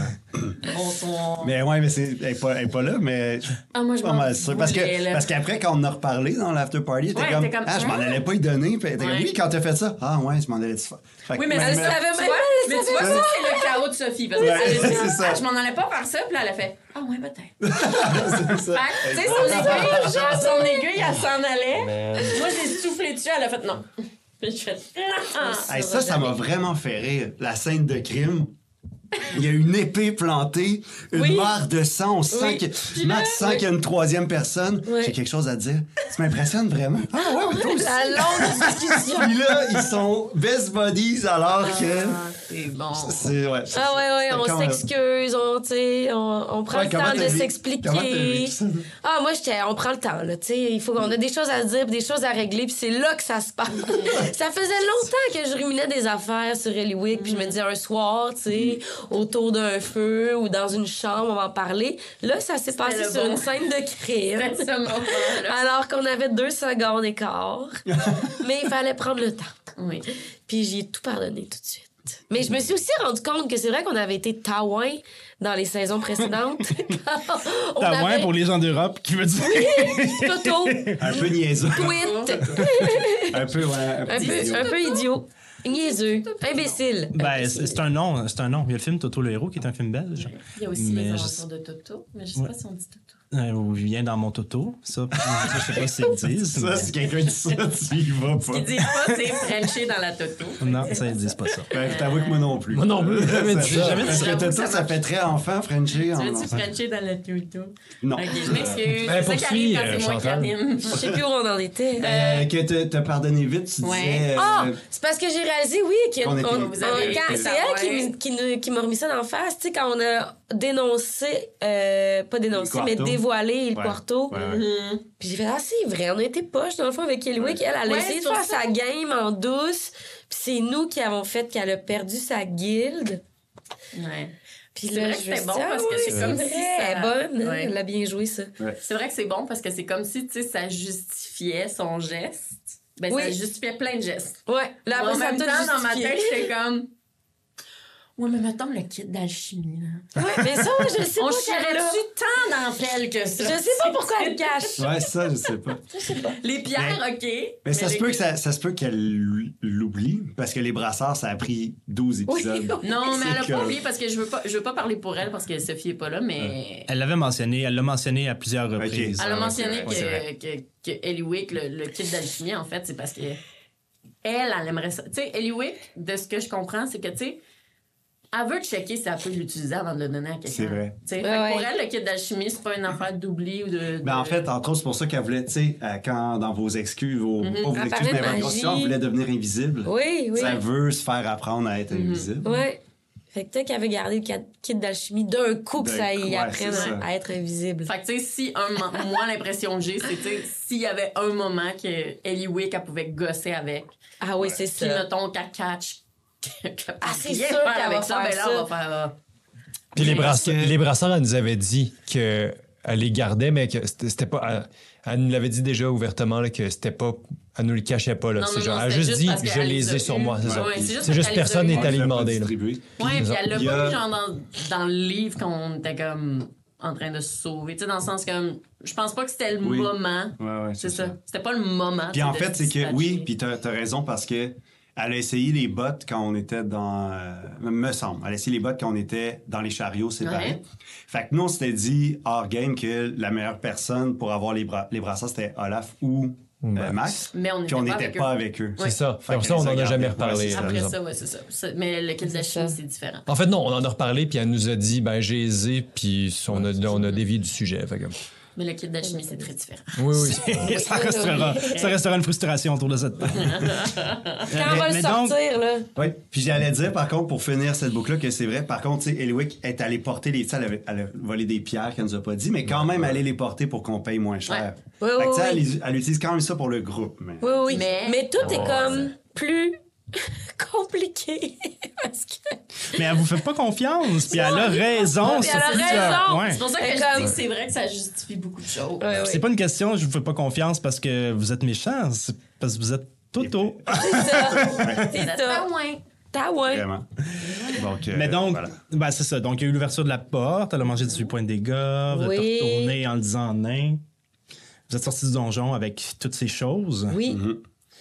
Bonsoir. Mais ouais, mais c'est, elle est pas, elle est pas là, mais je suis Ah, moi, je pas m'en mal sûr. Parce, voulais, que, là. parce qu'après, quand on en a reparlé dans l'after party, elle était Ouais, comme, t'es comme, Ah, je m'en hein? allais pas y donner. Puis elle était comme, Ouais. Oui, quand t'as fait ça. Ah, ouais, je m'en allais te faire. Fait que- Oui, mais Elle c'est savait ça. même Tu vois, pas, elle mais tu savait vois, ça, c'est le chaos de Sophie. Parce que Ouais, elle a dit, c'est ça. ah, je m'en allais pas faire ça. Puis là, elle a fait, ah, ouais, peut-être. c'est ça. Fait que, tu sais, son aiguille, genre, son aiguille, elle s'en allait. Moi, j'ai soufflé dessus, elle a fait non. Puis je fais, ah. Hey, ça, ça m'a vraiment fait rire. La scène de crime. Il y a une épée plantée, une Oui. mare de sang. On sent Oui. que Matt sent qu'il y a une troisième personne. Oui. J'ai quelque chose à dire. Ça m'impressionne vraiment. Ah ouais, oui, toi aussi. La longue discussion. Puis là, ils sont best buddies alors que... Ah, c'est bon. C'est, ouais, c'est- Ah ouais, ouais, c'était on quand même- s'excuse, on, tu sais, on, on prend Ouais, le comment temps t'as de vécu- comment t'as s'expliquer. vécu ça? Ah, moi, j'étais, on prend le temps, là, tu sais, il faut qu'on a des choses à se dire, puis des choses à régler, puis c'est là que ça se passe. Ça faisait longtemps que je ruminais des affaires sur Eliwick, puis je me disais un soir, tu sais, autour d'un feu ou dans une chambre, on va en parler. Là, ça s'est passé le sur bon. une scène de crime. C'était ce moment-là. Alors qu'on avait deux secondes d'écart. Mais il fallait prendre le temps. Oui. Puis j'y ai tout pardonné tout de suite. Mais je me suis aussi rendu compte que c'est vrai qu'on avait été taouin dans les saisons précédentes. On T'as moins avait- pour les gens d'Europe qui veut dire. Toto, Un peu niaiseux. tweet, Un peu, ouais. Un un peu peu, idiot. un peu idiot, niaiseux, imbécile. Ben, c'est c'est un nom, c'est un nom. Il y a le film Toto le héros qui est un film belge. Il y a aussi Mais les je- aventures de Toto, mais je sais Ouais. pas si on dit Toto. Euh, où il vient dans mon Toto. Ça, je sais pas si ils le disent. Ça, mais- si quelqu'un dit ça, tu y vas pas. Ils disent pas c'est Frenché dans la Toto. Non, ça, ils disent pas ça. Ben, je t'avoue que moi non plus. Moi non plus, j'ai jamais dit ça. Jamais dit Parce ça. que Toto, Ça ça marche. fait très enfant, Frenché. en Tu veux-tu enfant. Frenché dans la Toto? Non. Ok, je m'excuse. Ben, C'est ça qui poursuis, arrive quand euh, c'est moi qui Chantal. anime. Je sais plus où on en était. Euh, que t'as- t'as pardonné vite, tu Ouais. disais... euh, Ah! C'est parce que j'ai réalisé, oui, qu'il y a Qu'on une- était- on- Vous on- avez quand- été c'est elle qui, taouin. nous- qui, nous- qui m'a remis ça d'en face, tu sais, quand on a dénoncé, euh, pas dénoncé, Le mais Quarto. dévoilé le Ouais. quarto. Ouais, ouais. Mhm. Puis j'ai fait, ah, c'est vrai, on a été poche dans le fond avec Eliwick. Elle, elle a Ouais, essayé de c'est faire pour ça. sa game en douce. Puis c'est nous qui avons fait qu'elle a perdu sa guilde. Ouais. Puis C'est là, vrai je que c'était me bon suis dit, parce ah que oui, c'est c'est comme vrai, si ça- elle est bonne. hein, Ouais. Elle a bien joué, ça. C'est vrai que c'est bon parce que c'est comme si, tu sais, ça justifiait son geste. Ben, ça Oui. justifiait plein de gestes. Ouais, là, Moi, après, en ça a même tout temps, dans ma justifié. tête, j'étais comme... Ouais, mais mettons le kit d'alchimie, là. Ouais, mais ça, je sais On pas chierait qu'elle a. dessus tant d'empelles que ça. Je sais pas pourquoi elle le cache. Ouais, ça, je sais pas. Les pierres, OK. Mais ça se les- peut que ça, ça se peut qu'elle l'oublie, parce que les brassards, ça a pris douze épisodes. Non, mais elle a C'est pas que- oublié parce que je veux pas, je veux pas parler pour elle parce que Sophie est pas là, mais... Elle l'avait mentionné, elle l'a mentionné à plusieurs reprises. Elle a ouais, mentionné c'est vrai, que, que, que Eliwick, le, le kit d'alchimie, en fait, c'est parce que elle, elle aimerait ça. Tu sais, Eliwick, de ce que je comprends, c'est que, tu sais, elle veut checker si elle peut l'utiliser avant de le donner à quelqu'un. C'est vrai. Tu sais, Ouais, fait que pour ouais. elle, le kit d'alchimie, c'est pas une affaire d'oubli ou de... de- Ben, en fait, entre autres, c'est pour ça qu'elle voulait, tu sais, euh, quand dans vos excuses, vos, pas vos Elle excuses, parlait mais de votre magie. question, elle voulait devenir invisible. Oui, oui. Ça veut se faire apprendre à être invisible. Ouais. Fait que peut-être qu'elle avait gardé le ca- kit d'alchimie d'un coup que D'un ça coup, y ouais, apprenne c'est ça. à, à être invisible. Fait que, tu sais, si un mo- moi, l'impression que j'ai, c'est, tu sais, s'il y avait un moment que Eliwick, elle pouvait gosser avec, Ah oui, c'est puis ça. mettons qu'elle catch, qu'elle peut Ah, c'est rien sûr faire qu'elle avec va ça, faire ben là, ça. on va faire... ah. Puis les, Parce brasseurs, que- les brasseurs, elle nous avait dit qu'elle les gardait, mais que c'était c'était pas. Elle, elle nous l'avait dit déjà ouvertement là, que c'était pas. Elle nous le cachait pas. Là. Non, C'est non, genre, non, elle a c'était juste juste dit parce je qu'elle les les a ai sur eus. moi. C'est Ouais, ça. ouais, c'est juste c'est parce juste qu'elle personne les a n'est eus. allé Ouais, demander. pas Là. distribué. Ouais, puis elle l'a Il y pas a- mis genre dans, dans le livre qu'on était comme en train de se sauver. Tu sais, dans le sens que je pense pas que c'était le Oui. moment. Ouais, ouais, C'est ça. C'était pas le moment. Puis tu sais, en de fait, c'est que dispatcher. oui, puis t'as as raison parce que Elle a essayé les bottes quand on était dans... Euh, me semble. Elle a essayé les bottes quand on était dans les chariots séparés. Ouais. Fait que nous, on s'était dit, hors game, que la meilleure personne pour avoir les, bra- les brassards, c'était Olaf ou euh, Max. Max. Mais on Puis on n'était n'était pas pas avec avec eux. C'est ça. Fait Comme que ça, on les n'en a a jamais gardés. reparlé. Ouais, c'est Après par ça, exemple. ouais, c'est ça. ça. Mais le kit de la C'est chimie, ça. c'est différent. En fait, non, on en a reparlé, puis elle nous a dit, ben, j'ai aisé, puis on a, on a dévié du sujet. Fait que... Mais le kit de la chimie, c'est très différent. Oui, oui. ça, restera, ça restera une frustration autour de cette table. Quand on va Mais le donc- sortir, là. Oui. Puis j'allais dire, par contre, pour finir cette boucle-là, que c'est vrai. Par contre, tu sais, Eliwick est allée porter les... Tu sais, elle, avait- elle a volé des pierres qu'elle nous a pas dit, mais quand même aller les porter pour qu'on paye moins cher. Ouais. Fait que, Oui, tu sais, oui, elle, oui. les- elle utilise quand même ça pour le groupe. Mais... Oui, oui. Mais, Mais- tout est comme plus compliqué. Parce que... Mais elle vous fait pas confiance, puis elle a raison. Puis sur elle a plusieurs- raison. Ouais. C'est pour ça que Et je comme- dis que c'est vrai que ça justifie beaucoup de choses. Ouais, ouais. C'est pas une question, je vous fais pas confiance parce que vous êtes méchant, c'est parce que vous êtes Toto. C'est ça. C'est Pas ça. loin. T'as ouais. Vraiment. Donc, euh, Mais donc, voilà. ben, c'est ça. Donc, il y a eu l'ouverture de la porte, elle a mangé dix-huit points de dégâts, vous Oui. êtes retourné en le disant nain. Vous êtes sorti du donjon avec toutes ces choses. Oui, Mhm.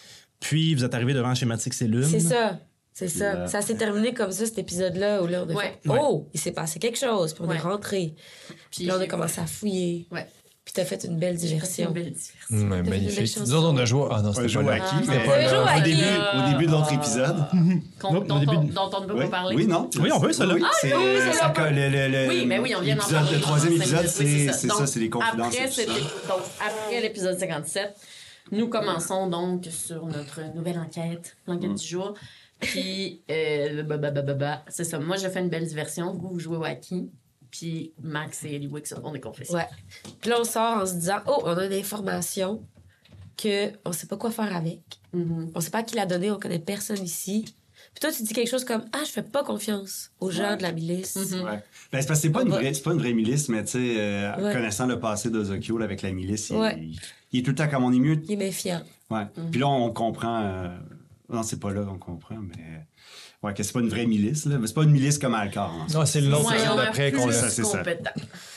Puis, vous êtes arrivé devant Schématique Cellule. c'est ça. C'est ça. là- Ça s'est terminé comme ça, cet épisode-là, où là, on a Ouais. fait « Oh, il s'est passé quelque chose. » Puis on Ouais. est rentré. Puis Puis là, on a commencé à fouiller. Ouais. Puis t'as fait une belle C'est diversion. une belle diversion. Ouais, T'as fait une magnifique. belle chanson. Nous autres, on a joué. Ah non, On a c'était joué pas à là. qui? Ah, mais vous avez joué à au, qui? début, au début de l'autre épisode. Qu'on- Au dont, début on, de- dont on ne peut Oui, pas parler. oui, non. Oui, on peut, ça, là. Oui, Ah, c'est, oui, oui, euh, c'est ça là. colle- le, le, le- Oui, mais oui, on vient d'en l'épisode- parler. Le troisième pendant cinq épisode, minutes. Oui, c'est, c'est Donc, ça, c'est les confidences. Après, et tout ça. cet- donc, après l'épisode cinquante-sept, nous commençons donc sur notre nouvelle enquête, l'enquête Mm. du jour. Puis, euh, bah, bah, bah, bah, bah, c'est ça. Moi, je fais une belle diversion. Vous, vous jouez au hockey. Puis, Max et Eliwick se font des confessions. Ouais. Puis là, on sort en se disant « Oh, on a une information qu'on sait pas quoi faire avec. Mhm. On sait pas à qui la donner, on connaît personne ici. » Puis toi, tu dis quelque chose comme « Ah, je fais pas confiance aux gens Ouais. de la milice. Mhm. Ouais. Ben, c'est parce que c'est pas, On une va- vraie, c'est pas une vraie milice, mais tu sais, euh, Ouais. connaissant le passé d'Ozokyo là, avec la milice, il, Ouais. il, il est tout le temps comme on est mieux. Il est méfiant. Ouais. Mhm. Puis là, on comprend. euh, Non, c'est pas là qu'on comprend, mais. Ouais, que c'est pas une vraie milice, là. Mais c'est pas une milice comme Alcar. hein. Non, c'est l'autre Ouais, épisode on a après plus qu'on l'a. Ça, c'est ça. compétent.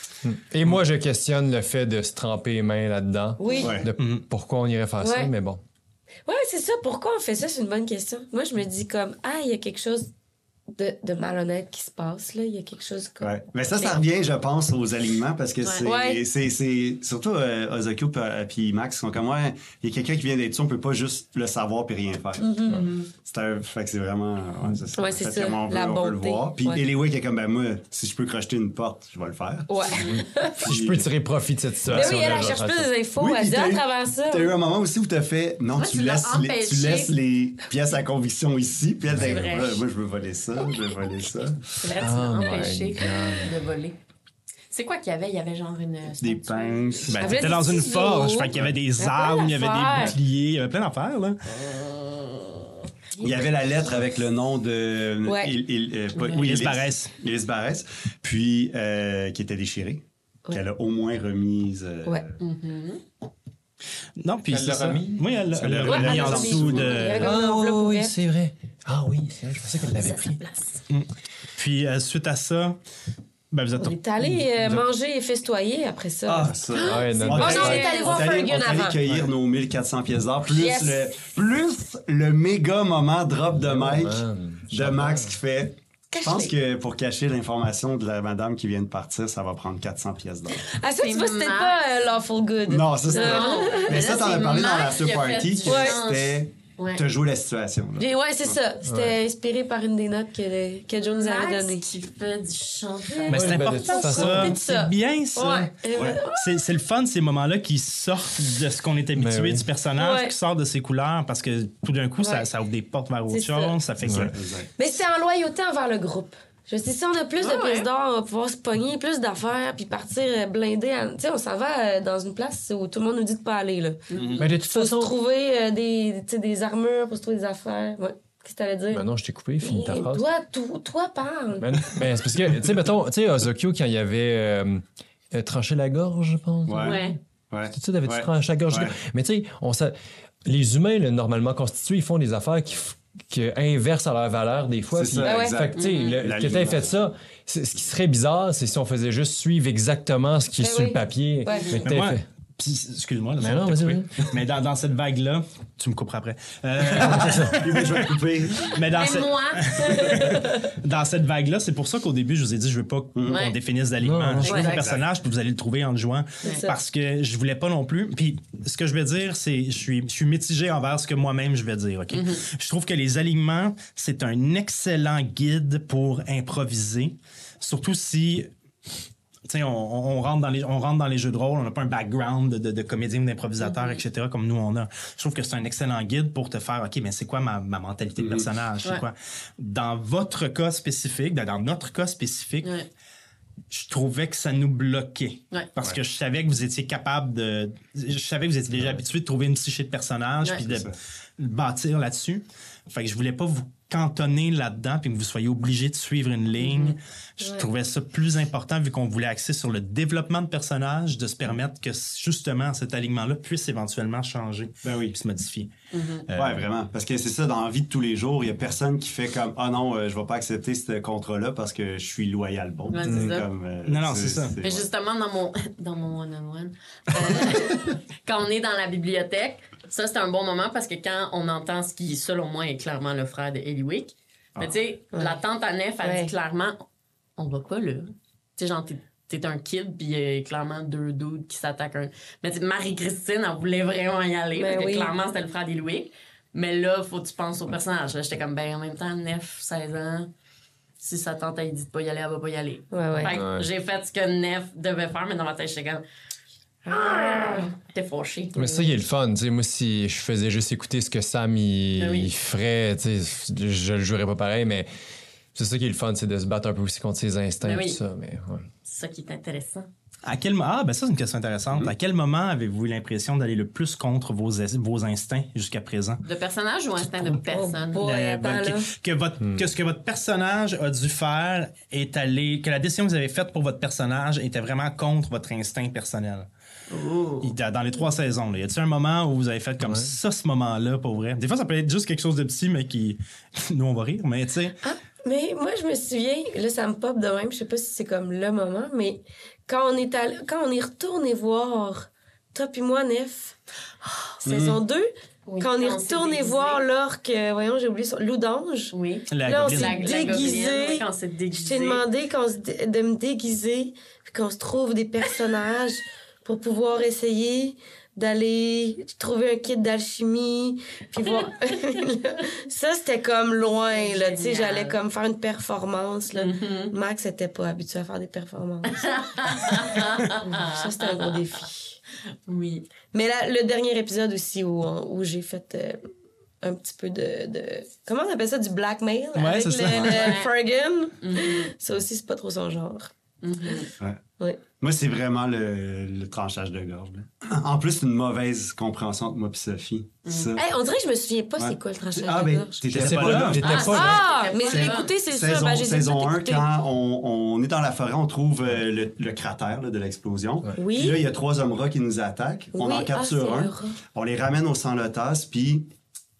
Et moi, je questionne le fait de se tremper les mains là-dedans. Oui. Ouais. De pourquoi on irait faire ça, Ouais. mais bon. Ouais, c'est ça. Pourquoi on fait ça? C'est une bonne question. Moi, je me dis comme « Ah, il y a quelque chose de, de malhonnête qui se passe, là. Il y a quelque chose comme... Ouais. Mais ça, ça revient, je pense, aux alignements parce que c'est, Ouais. c'est, c'est. Surtout euh, Ozokyo puis Max sont comme, ouais, il y a quelqu'un qui vient d'être ça, on peut pas juste le savoir puis rien faire. C'est un. Fait que c'est vraiment. Ouais, c'est ça. Ouais, c'est Fait ça, que on, veut, la on peut le bonté. voir. Puis Ouais. Eliwick est comme, ben moi, si je peux crocheter une porte, je vais le faire. Ouais. Puis- Je peux tirer profit de cette Mais situation. oui, elle, elle cherche plus des infos. Oui, elle puis dit t'as à eu- travers ça. T'as eu un moment aussi où t'as fait, non, Moi, tu, tu l'as laisses les, tu empêché. laisses les pièces à conviction ici, puis elle C'est dit, vrai. Ouais, moi, je veux voler ça, je veux voler ça. C'est vrai, tu Oh m'as my empêché God. de voler. C'est quoi qu'il y avait? Il y avait genre une... Des pinces. Ben, Elle t'étais voulait dans des une ciseaux. forge, fait qu'il y avait des Il y a plein armes, il y avait des d'affaires. boucliers, il y avait plein d'affaires, là. Il y avait la lettre avec le nom de... Ouais. Il, il- euh, pas- Élise Élise. Barrès. Élise Barrès, puis euh, qui était déchirée, Ouais. qu'elle a au moins remise. euh, Ouais. Non, puis Elle c'est l'a ça. remis? Oui, elle l'a Elle l'a elle l'a remis. mis en Elle l'a dessous remis. de... Il y avait comme une Ah enveloppe oui, ouverte. c'est vrai. Ah oui, c'est vrai, je pensais qu'elle l'avait Ça, ça pris. place. Puis euh, suite à ça, ben, vous êtes... On est allé euh, manger et festoyer après ça. Ah, ça. Ah ouais, notre On Oh est non, on allé- est allé on voir est allé- Fergus on est allé avant. cueillir nos mille quatre cents pièces d'or, plus, Yes. le, plus le méga moment drop de Mike, man. de Max qui fait... Je pense Cache-les. que pour cacher l'information de la madame qui vient de partir, ça va prendre quatre cents pièces d'or. Ah, ça, tu C'est vois, c'était Max. pas euh, Lawful Good. Non, ça c'était... Non. Mais Mais ça, là, t'en as c'est parlé dans Max l'after qui a fait party, du que Ouais. c'était... Ouais. T'as joué la situation. là. Et ouais, c'est ça. C'était inspiré par une des notes que, que Joe nous avait Max données. qui fait du chantage. Mais c'est Ouais, ben, de important, toute façon- ça. C'est ça. C'est bien, ça. Ouais. Et Ouais. C'est, c'est le fun, ces moments-là qui sortent de ce qu'on est habitué Ben oui. du personnage, Ouais. qui sort de ses couleurs, parce que tout d'un coup, ça, Ouais. ça ouvre des portes vers autre C'est ça. chose. Ça, fait que... Ouais. Exact. Mais c'est en loyauté envers le groupe. Je sais, si on a plus de Ah ouais. pièces d'or, on va pouvoir se pogner plus d'affaires puis partir euh, blindé. à- Tu sais, on s'en va euh, dans une place où tout le monde nous dit de pas aller, là. Mais de toute Faut se façon. trouver euh, des, tu sais, des armures, pour se trouver des affaires. Ouais. Qu'est-ce que t'allais dire? Ben non, je t'ai coupé, finis ta Eh, phrase. toi, tout, toi, parle. Ben, ben, c'est parce que, tu sais, mettons, tu sais, Ozokyo, quand il avait euh, euh, tranché la gorge, je pense. Ouais. Ouais. Ouais. Tu sais, t'avais-tu Ouais. tranché la gorge? Ouais. Mais tu sais, on sa- les humains, là, normalement constitués, ils font des affaires qui, f- qui inversent à leur valeur des fois. C'est puis- ça, Ah ouais. exact. Fait que, tu sais, le- que L'alignement. t'aies fait ça, c'est- ce qui serait bizarre, c'est si on faisait juste suivre exactement ce qui est Ben sur oui. le papier. Ouais. Mais que Mais t'aies moi, fait. Puis, excuse-moi, là, Mais ça non, va te vas-y, couper. Mais dans, dans cette vague-là, tu me couperas après. Euh, Je vais te couper. mais dans, Mais cette- moi, dans cette vague-là, c'est pour ça qu'au début, je vous ai dit, je veux pas qu'on Ouais. définisse d'alignement. Non, Je trouve ouais. un personnage, puis vous allez le trouver en le jouant. ça. Parce que je voulais pas non plus. Puis, ce que je vais dire, c'est, je suis, je suis mitigé envers ce que moi-même je vais dire, OK? Je trouve que les alignements, c'est un excellent guide pour improviser. Surtout si... Tu sais, on, on, rentre dans les, on rentre dans les jeux de rôle, on n'a pas un background de, de, de comédien ou d'improvisateur, et cetera, comme nous, on a. Je trouve que c'est un excellent guide pour te faire, OK, mais c'est quoi ma, ma mentalité de personnage? C'est Ouais. quoi? Dans votre cas spécifique, dans, dans notre cas spécifique, Ouais. je trouvais que ça nous bloquait. Ouais. Parce que je savais que vous étiez capable de... Je savais que vous étiez déjà habitué de trouver une psyché de personnage Ouais. puis de C'est ça. bâtir là-dessus. Fait que je voulais pas vous cantonner là-dedans puis que vous soyez obligé de suivre une ligne. Je Ouais. trouvais ça plus important vu qu'on voulait axer sur le développement de personnages, de se permettre que justement cet alignement-là puisse éventuellement changer Ben oui. puis se modifier. Euh, Ouais, vraiment. Parce que c'est ça, dans la vie de tous les jours, il y a personne qui fait comme ah non, euh, je vais pas accepter ce contrat-là parce que je suis loyal bon. Ouais, c'est ça. Comme, euh, Non, non, c'est ça. mais ouais. justement, dans mon, dans mon one-on-one, euh, quand on est dans la bibliothèque, ça, c'est un bon moment parce que quand on entend ce qui, selon moi, est clairement le frère de Eliwick, mais tu sais, Ouais. la tante à Nef, elle Ouais. dit clairement, on va pas là. Tu sais, genre, t'es, t'es un kid, puis il y a clairement deux dudes qui s'attaquent un. Mais tu sais, Marie-Christine, elle voulait vraiment y aller, Ben parce que oui. clairement, c'était le frère d'Eliwick. Mais là, faut que tu penses au personnage. Là, j'étais comme, ben, en même temps, Nef, seize ans, si sa tante, elle dit de pas y aller, elle va pas y aller. Ouais, ouais. Fait que Ouais. j'ai fait ce que Nef devait faire, mais dans ma tête, j'étais comme. Ah, t'es fâché. Mais ça, il est le fun. Tu sais, moi, si je faisais juste écouter ce que Sam il, Ben oui. il ferait, tu sais, je le jouerais pas pareil, mais c'est ça qui est le fun, c'est de se battre un peu aussi contre ses instincts Ben et oui. tout ça. Mais, ouais. C'est ça qui est intéressant. À quel mo- Ah, ben ça, c'est une question intéressante. À quel moment avez-vous eu l'impression d'aller le plus contre vos, es- vos instincts jusqu'à présent? De personnage ou instinct de personne? Oh, boy. Ouais, Euh, ben, attends, là. que, que votre, que ce que votre personnage a dû faire est allé. Que la décision que vous avez faite pour votre personnage était vraiment contre votre instinct personnel. Oh. Il- Dans les trois saisons, là, y a-t-il un moment où vous avez fait comme ça, ce moment-là, pour vrai? Des fois, ça peut être juste quelque chose de petit, mais qui. Nous, on va rire, mais tu sais. Ah, mais moi, je me souviens, là, ça me pop de même, je sais pas si c'est comme le moment, mais quand on est, allé, quand on est retourné voir, toi puis moi, Nef, saison deux, Oui, quand on est quand on s'est retourné déguisé. voir l'orque, euh, voyons, j'ai oublié son, Loup d'ange, Oui. La Là, on gobeline. s'est La- la déguisé. gobeline, quand on s'est je déguisé. t'ai demandé qu'on se dé- de me déguiser, puis qu'on se trouve des personnages pour pouvoir essayer d'aller trouver un kit d'alchimie, puis voir... Ça, c'était comme loin, là, tu sais, Génial. j'allais comme faire une performance, là. Mhm. Max était pas habitué à faire des performances. Ça, c'était un gros défi. Oui. Mais là, le dernier épisode aussi où, où j'ai fait euh, un petit peu de, de... Comment on appelle ça? Du blackmail? Ouais, avec c'est le, ça. le Ouais. Fergan. Mhm. Ça aussi, c'est pas trop son genre. Mhm. Ouais. Moi, c'est vraiment le, le tranchage de gorge. là. En plus, c'est une mauvaise compréhension entre moi et Sophie. Ça. Hey, on dirait que je me souviens pas Ouais. c'est quoi le tranchage Ah, de ben, gorge. t'étais Je sais pas pas là. là. J'étais Ah, pas ça, là. Ah, c'était mais pas je l'ai là. écouté, c'est sûr. Saison, Ben, j'ai saison tout un, écouté. quand on, on est dans la forêt, on trouve euh, le, le cratère là, de l'explosion. Oui. Puis là, il y a trois hommes rats qui nous attaquent. On Oui, en ah, capture c'est un. un rat. On les ramène au sans-lotas, puis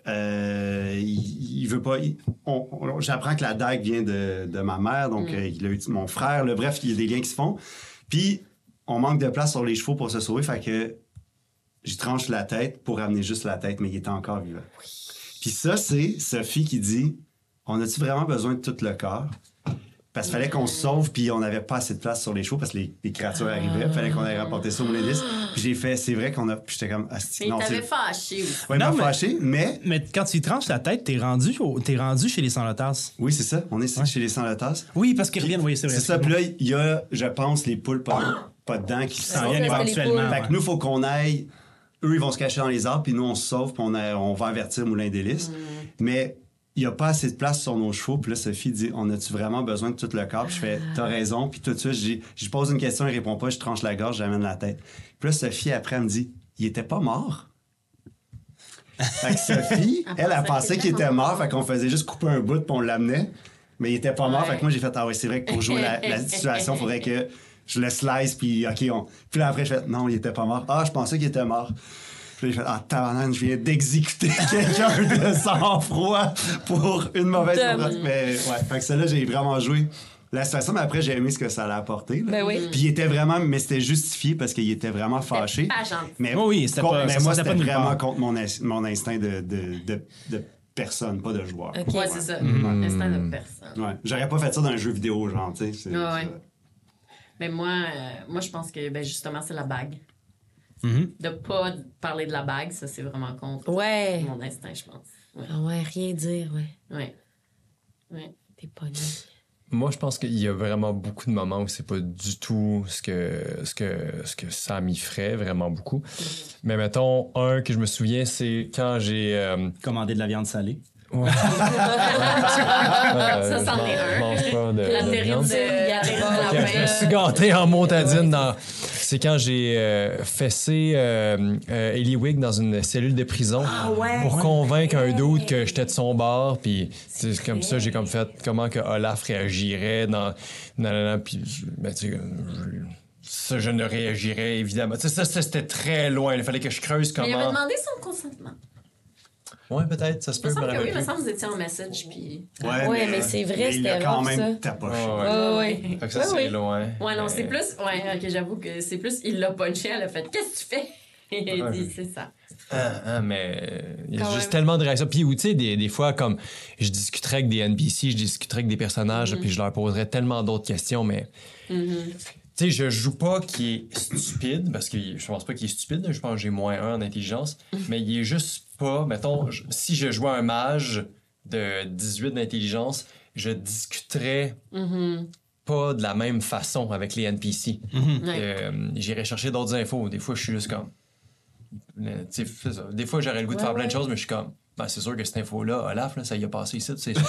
euh, il, il veut pas... il- on- on- J'apprends que la dague vient de, de ma mère, donc euh, il a eu mon frère. Là, bref, il y a des liens qui se font. Puis on manque de place sur les chevaux pour se sauver, fait que j'y tranche la tête pour ramener juste la tête, mais il était encore vivant. Puis ça, c'est Sophie qui dit, on a-tu vraiment besoin de tout le corps? Parce qu'il fallait qu'on se sauve, puis on n'avait pas assez de place sur les chevaux parce que les, les créatures arrivaient. Il fallait qu'on aille rapporter ça au moulin d'Is. Puis j'ai fait, c'est vrai qu'on a... Puis j'étais comme... asti, Mais non, il t'avait c'est- fâché aussi. Ouais, il Non, m'a mais- fâché, mais... Mais quand tu y tranches la tête, t'es rendu, au- t'es rendu chez les sans-lotas. Oui, c'est ça. On est chez les sans-lotas. Oui, parce qu'ils reviennent, oui, c'est vrai. C'est ça. Puis là, il y a, je pense, les poules pas, pas dedans qui s'en s'en viennent Ouais, c'est les éventuellement. poules. Fait que nous, il faut qu'on aille. Eux, ils vont se cacher dans les arbres, puis nous, on se sauve, puis on, a- on va avertir Moulin d'Hélice. Mais il n'y a pas assez de place sur nos chevaux. Puis là, Sophie dit, on a-tu vraiment besoin de tout le corps? Puis je fais, t'as raison. Puis tout de suite, j'y- je pose une question, il répond pas, je tranche la gorge, j'amène la tête. Puis là, Sophie, après, elle me dit, il était pas mort? Fait que Sophie, Elle elle, elle pensait pensait qu'il qu'il était était mort. mort, fait qu'on faisait juste couper un bout, puis on l'amenait. Mais il était pas mort. Ouais. Fait que moi, j'ai fait, ah ouais, c'est vrai que pour jouer la, la situation, il faudrait que je le slice, puis OK, on. Puis là, après, je fais, non, il était pas mort. Ah, je pensais qu'il était mort. Puis là, j'ai fait, ah, tabarnak, je viens d'exécuter quelqu'un de sang-froid pour une mauvaise Dumb. compréhension. Mais ouais, fait que celle-là, j'ai vraiment joué la situation, mais après, j'ai aimé ce que ça allait apporter. Ben oui. Puis il était vraiment, mais c'était justifié parce qu'il était vraiment fâché. Pas gentil. Mais, Oh oui, c'était contre- pas- mais ça moi, sortait c'était pas de nulle vraiment part. contre mon, ins- mon instinct de, de, de, de personne, pas de joueur. Ok. Ouais, c'est ça. Mm. Instinct de personne. Ouais. J'aurais pas fait ça dans un jeu vidéo, genre, tu sais. c'est- Ouais, ouais. c'est- Mais moi, euh, moi je pense que ben, justement, c'est la bague. Mhm. De pas parler de la bague, ça, c'est vraiment contre Ouais. mon instinct, je pense. Ouais. Ah ouais, rien dire, ouais. Ouais. Ouais. T'es pas né. Moi, je pense qu'il y a vraiment beaucoup de moments où c'est pas du tout ce que, ce que, ce que ça m'y ferait, vraiment beaucoup. Mais mettons, un que je me souviens, c'est quand j'ai... euh, Commander de la viande salée. Ouais. Ça, c'en est un. Je mange pas de, La de terrine viande. de, la terrine de Ok, la je me suis gâté en montadine dans... C'est quand j'ai euh, fessé euh, euh, Ellie Wig dans une cellule de prison pour convaincre un doute que j'étais de son bord. Puis c'est comme ça, j'ai comme fait comment que Olaf réagirait dans... Non, non, non, puis ben, tu sais, je- ça, je ne réagirais évidemment. Tu sais, ça, ça, c'était très loin. Il fallait que je creuse Mais il avait comment... demandé son consentement. Ouais, peut-être, ça se Il peut. me semble je me que oui, il me rappelle semble que vous étiez en message, puis... Ouais, mais c'est vrai, mais il a c'était quand rough, même ça. tapoché. plus. Ouais, ouais. Ouais, ouais. Fait que ça, Ouais, c'est oui. loin. Ouais, non, c'est Mais- plus... Ouais, ok, j'avoue que c'est plus... Il l'a punché, elle a fait « Qu'est-ce que tu fais? » Il a Ouais. dit « C'est ça. Ah, ah, mais euh, il y a Quand juste même. tellement de réactions. Puis, ou tu sais, des, des fois, comme je discuterais avec des N P C, je discuterais avec des personnages, puis je leur poserais tellement d'autres questions, mais. Mm-hmm. Tu sais, je joue pas qui est stupide, parce que je pense pas qu'il est stupide, je pense que j'ai moins un en intelligence, mais il est juste pas. Mettons, je- si je jouais un mage de dix-huit d'intelligence, je discuterais Mm-hmm. pas de la même façon avec les N P C. Ouais. Euh, J'irais chercher d'autres infos. Des fois, je suis juste comme. euh, tu sais, c'est ça. Des fois, j'aurais le goût de Ouais, faire plein de ouais. choses, mais je suis comme. Ben, c'est sûr que cette info-là, Olaf, là, ça y a passé ici, c'est sûr.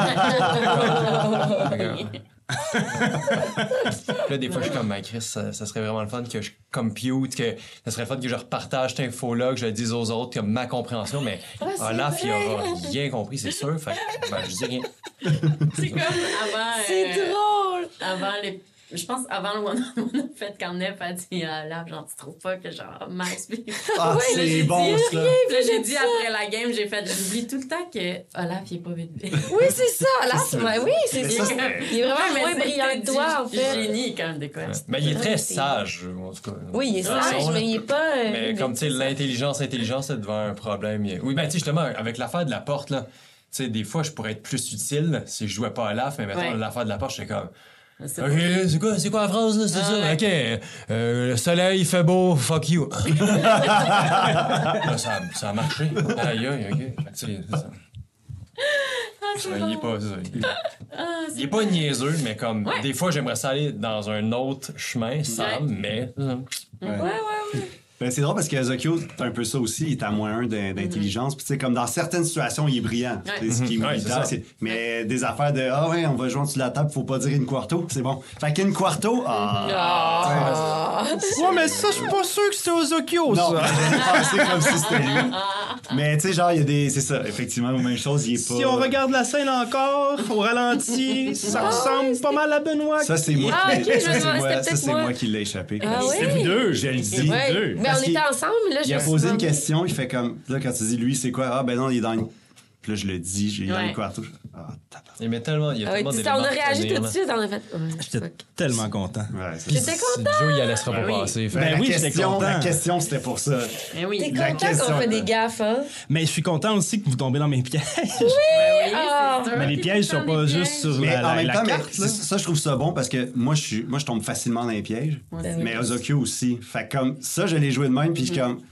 Là, des fois, je suis comme, ben, Chris, ça, ça serait vraiment le fun que je compute, que ça serait le fun que je repartage cette info-là, que je le dise aux autres, comme ma compréhension, mais Ah, c'est Olaf, il vrai. aura rien compris, c'est sûr. Fait que, ben, je dis rien. C'est comme avant... C'est euh, drôle! Avant les... Je pense avant le one-on-one, en fait, quand Nef a dit à Lab, genre, tu trouves pas que genre Max... Puis Ah, Ouais, c'est j'ai bon, dit ça. là, j'ai dit après la game, j'ai fait, j'oublie tout le temps que Olaf, il est pas vite vite. Oui, c'est ça, là, c'est vrai. Oui, c'est Mais ça. ça, c'est- Il est vraiment Ouais, mais moins c'est brillant que du toi, en fait. Génie, quand même, de quoi. Mais il est très c'est- sage, en tout cas. Oui, il est De toute sage, façon, là. mais il est pas. euh, Mais comme, tu sais, l'intelligence, l'intelligence, ça devient un problème. Il- Oui, ben, tu sais, justement, avec l'affaire de la porte, là, tu sais, des fois, je pourrais être plus utile si je jouais pas à l'A F, mais mettons, Ouais. l'affaire de la porte, j'étais comme. C'est OK, c'est quoi, c'est quoi la phrase, là? C'est Ah, ça? ouais. OK. Euh, le soleil fait beau, fuck you. Là, ça, a- ça a marché. Aïe, aïe, OK. Fait que, tu sais, c'est ça. Il est pas, c'est ça. Il- Il est pas niaiseux, mais comme, Ouais. des fois, j'aimerais ça aller dans un autre chemin, Sam, mais. Ouais, ouais, ouais. Ben, c'est drôle parce que Zokyo, c'est un peu ça aussi. Il est à moins un d'in- d'intelligence. Puis, tu sais, comme dans certaines situations, il est brillant. Ouais. C'est ce qui est Mhm. Ouais, militant, c'est ça. c'est- Mais des affaires de Ah ouais, on va jouer en dessous de la table, faut pas dire une quarto. C'est bon. Fait qu'une quarto, ah. Ah. Ouais, mais ça, je suis pas sûr que c'était aux Okyo, Non, ça. j'ai pensé comme si c'était lui. Mais tu sais, genre, il y a des. C'est ça, effectivement, la même chose, il est pas. Si on regarde la scène encore, au ralenti, ça ressemble pas mal à Benoît. Ça, c'est moi. Ah, ok, je me ça, c'est demandais, moi, c'était ça, peut-être c'est moi. moi qui l'ai échappé. Ah oui? C'est vous deux. Je le dis. Ouais. deux. Mais Parce on qu'il- était ensemble, là, je Il a me suis posé une demandé. question, il fait comme. Là, quand tu dis lui, c'est quoi? Ah, ben non, il est dans une. Puis là, je le dis, j'ai dans Ouais. une quarto. Ah, tabarnak. Il met tellement. Il y a Ah ouais, tellement tu sais, d'éléments on a à réagi retenir, tout de là. suite, on a fait. Ouais, J'étais fuck. tellement content. Ouais, c'est J'étais ça. contente. Joe, il la laissera pas Ben oui. passer. Fait- Ben, Ben la oui, j'étais question, content. la question, c'était pour ça. Mais oui. T'es La content question, qu'on fait là. des gaffes, hein? Mais je suis content aussi que vous tombez dans mes pièges. Oui, Ah. c'est sûr. Mais les pièges sont pas juste sur Mais la, en la, même la temps, mais carte. c'est- là. ça, je trouve ça bon parce que moi, je suis, moi, je tombe facilement dans les pièges. Moi aussi. Mais Ozokyo aussi. Fait que comme ça, je l'ai joué de même, puis je suis comme.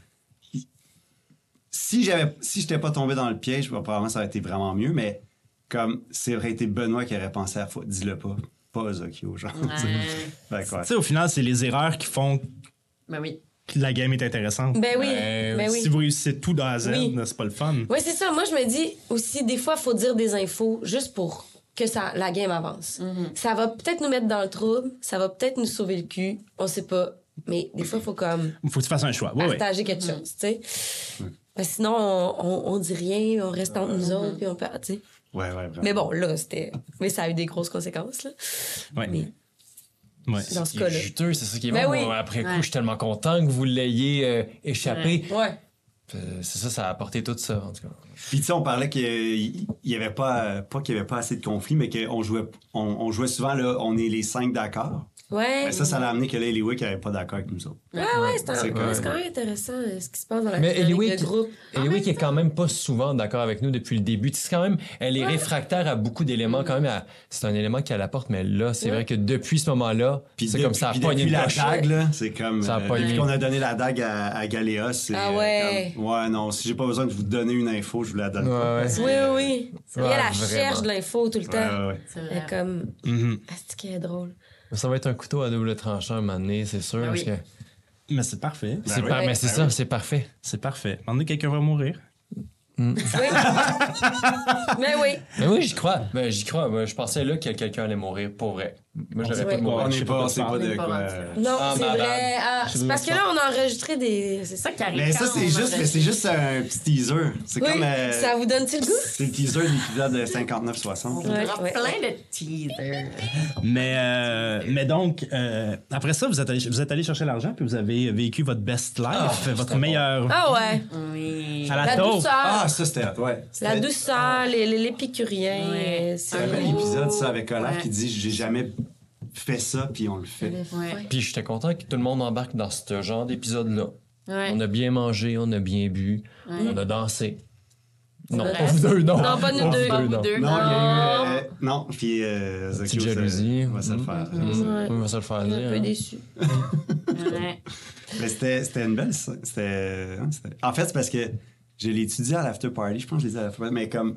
Si j'avais, si j'étais pas tombé dans le piège, bah, probablement ça aurait été vraiment mieux, mais comme ça aurait été Benoît qui aurait pensé à fois, dis-le pas, pas Ozokyo, genre. tu sais. Ouais. Fait que, ouais. Tu sais, au final, c'est les erreurs qui font Ben oui. que la game est intéressante. Ben oui, Ben, ben oui. Si vous réussissez tout dans A à Z, Oui. c'est pas le fun. Oui, c'est ça. Moi, je me dis aussi, des fois, il faut dire des infos juste pour que ça, la game avance. Mm-hmm. Ça va peut-être nous mettre dans le trouble, ça va peut-être nous sauver le cul, on sait pas. Mais des fois, il faut comme Il faut que tu fasses un choix. Oui, oui. partager quelque chose, tu sais. Parce que sinon, on, on, on dit rien, on reste entre nous autres, puis on perd, tu sais. Ouais, ouais, vraiment. Mais bon, là, c'était... Mais ça a eu des grosses conséquences, là. Ouais. Mais Ouais. dans ce Il est cas-là. juteux, c'est ça qui est Ben bon. oui. Moi, après coup, Ouais. je suis tellement content que vous l'ayez euh, échappé. Ouais. C'est ça, ça a apporté tout ça, en tout cas. Puis, tu sais, on parlait qu'il y avait pas, pas qu'il y avait pas assez de conflits, mais qu'on jouait, on, on jouait souvent, là, on est les cinq d'accord. Ouais. Mais ça, ça l'a amené que là, Eliwick n'avait pas d'accord avec nous autres. Ouais, ouais, c'est, un... C'est ouais, quand- c'est quand même intéressant euh, ce qui se passe dans la Mais dynamique Eliwick, de groupe. Eliwick est quand même pas souvent d'accord avec nous depuis le début. C'est quand même, elle est réfractaire à beaucoup d'éléments quand même. à- C'est un élément qu'elle apporte, mais là, c'est Ouais. vrai que depuis ce moment-là, Puis c'est depuis- comme ça a puis pogné depuis une la coche. dague, là, c'est comme... Ça a euh, pogné. depuis qu'on a donné la dague à, à Galéa, c'est... Ah euh, ouais. comme, ouais, non, si j'ai pas besoin de vous donner une info, je vous la donne Ouais, pas. ouais. parce que- Oui, oui, oui. Ouais, elle, elle vraiment. cherche de l'info tout le temps. Ouais, ouais, ouais. C'est Elle vrai. est comme... Mhm. Ah, c'est qui est drôle. Ça va être un couteau à double tranchant un moment donné, c'est sûr. Ah parce oui. que Mais c'est parfait. c'est oui. par- Mais c'est Ben ça, oui. c'est parfait. C'est parfait. À un moment donné, quelqu'un va mourir. Oui. Mais oui. Mais oui, j'y crois. Ben, j'y crois. Moi, je pensais là que quelqu'un allait mourir pour vrai. Moi, j'aurais sait pas de pas. mourir. On je sais n'est pas pas, quoi on sait faire. pas On de est pas quoi... rendu là. Non, Ah, c'est ma vrai. bad. Ah, Je c'est sais parce que pas. là, on a enregistré des... C'est C'est ça. ça qui arrive. Mais ça, quand c'est on juste, enregistre. mais c'est juste un petit teaser. C'est Oui, comme... euh, ça vous donne-tu le goût? C'est le teaser de l'épisode cinquante-neuf soixante. On Ouais, aura ouais, plein ouais. de teasers. Mais, euh, mais donc, euh, après ça, vous êtes, allé, vous êtes allé chercher l'argent puis vous avez vécu votre best life, Ah, votre c'était meilleur. Ah ouais. Oui. À la, La taupe. douceur. Ah, ça, c'était... Ouais. La C'était- douceur, les- les- l'épicurien. Ouais. euh, C'est un bel beau. épisode, ça, avec Olaf Ouais. qui dit « J'ai jamais fait ça, puis on le fait. Ouais. Puis j'étais content que tout le monde embarque dans ce genre d'épisode-là. Ouais. On a bien mangé, on a bien bu, Ouais. on a dansé. Non, vrai. pas vous deux, non. Non, pas nous vous deux. Pas vous non. deux. Non, il y a eu... euh, non, puis euh, Petite Zokyo, ça- jalousie. va se le Mhm. faire. Mhm. On va se le faire Un dire. peu hein. déçu. Ouais. Mais c'était, c'était une belle... C'était, hein, c'était- En fait, c'est parce que je l'ai étudié à l'after party. Je pense que je l'ai dit à l'after party. Mais comme...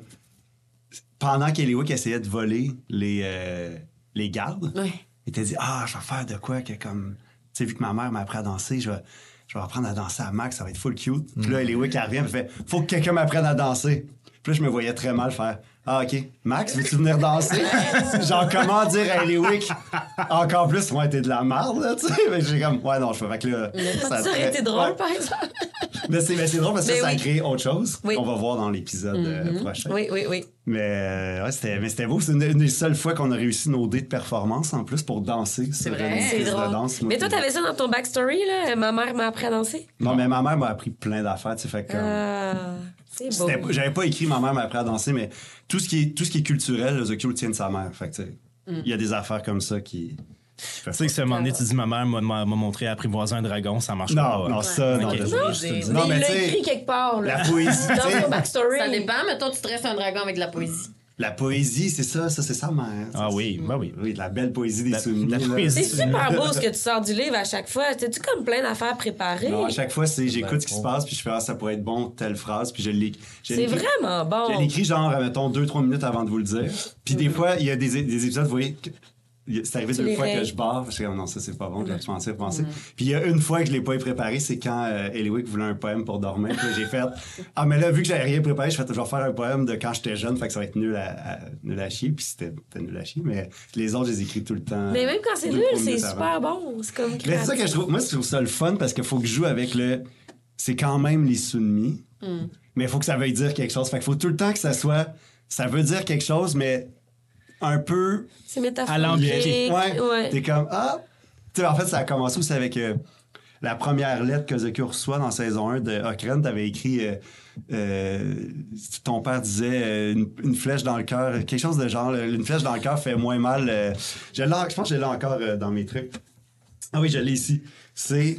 Pendant qu'Eliwick essayait de voler les, euh, les gardes, Ouais. il t'a dit « Ah, je vais faire de quoi que comme... Tu sais, vu que ma mère m'a appris à danser, je vais... Je vais apprendre à danser à Max, ça va être full cute. Puis là, Eliwick, elle revient, elle fait « Faut que quelqu'un m'apprenne à danser. » Puis là, je me voyais très mal faire « Ah, OK. Max, veux-tu venir danser? » Genre, comment dire à Eliwick encore plus, moi, t'es de la merde, là, tu sais. Mais j'ai comme « Ouais, non, je fais. » Fait que là... Ça aurait crée- été drôle, Ouais. par exemple. Mais c'est, mais c'est drôle parce que Mais ça, ça oui. a créé autre chose Oui. qu'on va voir dans l'épisode euh, prochain. Oui, oui, oui. Mais, euh, ouais, c'était, mais c'était beau. C'est une, une des seules fois qu'on a réussi nos dés de performance en plus pour danser. C'est sur vrai. une C'est piste de drôle. danse. Moi, Mais toi, puis- t'avais ça dans ton backstory, là? Ma mère m'a appris à danser. Non, mais ma mère m'a appris plein d'affaires. Tu sais, fait que, Ah, c'est beau. c'était- j'avais pas écrit ma mère m'a appris à danser, mais tout ce qui est, tout ce qui est culturel, le Zokyo le tient de sa mère. Fait que, tu sais, il y a des affaires comme ça qui. Tu sais que si à un moment donné, tu dis ma mère m'a, m'a m'a montré à apprivoiser un dragon, ça marche Non, pas. non, ça, non. Ok. je- Non, je te dis. mais Non, mais mais il tu l'a sais, écrit quelque part, là. la poésie, tu Dans sais, son backstory. Ça dépend, mais toi, tu dresses un dragon avec de la poésie. la poésie, c'est ça, ça, c'est sa mère. Ah oui, bah oui. Oui, de la belle poésie des La- soumis. la là. poésie. C'est super beau ce que tu sors du livre à chaque fois. T'as-tu comme plein d'affaires préparées? Non, à chaque fois, c'est j'écoute ce qui se passe, puis je fais ah, ça pourrait être bon, telle phrase, puis je l'écris. Je C'est l'écris- vraiment bon. Je l'écris genre, mettons, deux, trois minutes avant de vous le dire. Puis des fois, il y a des, des épisodes, vous voyez, que- c'est arrivé Tu deux les fois que règles. je barre. Je suis comme, non, ça, c'est pas bon, je vais penser, penser. Puis il y a une fois que je l'ai pas préparé, c'est quand euh, Eliwick voulait un poème pour dormir. Puis là, j'ai fait, ah, mais là, vu que j'avais rien préparé, je, fait, je vais faire un poème de quand j'étais jeune, fait que ça va être nul à, à- nul à chier. Puis c'était c'était nul à chier, mais les autres, je les écris tout le temps. Mais même quand c'est deux, nul, trois c'est minutes avant. super bon. C'est comme Mais c'est ça créatif. que je trouve. Moi, je trouve ça le fun parce qu'il faut que je joue avec le. C'est quand même les sunnis, mais il faut que ça veuille dire quelque chose. Fait qu'il faut tout le temps que ça soit. Ça veut dire quelque chose, mais un peu. C'est métaphorique. Alambiqué. Ouais. Ouais. T'es comme. Ah! Tu sais, en fait, ça a commencé aussi avec euh, la première lettre que Zokyo reçoit dans saison un de Okren. T'avais écrit. euh, euh, ton père disait euh, une, une flèche dans le cœur, quelque chose de genre, euh, une flèche dans le cœur fait moins mal. euh, je, l'ai, je pense que je l'ai encore euh, dans mes trucs. Ah oui, je l'ai ici. C'est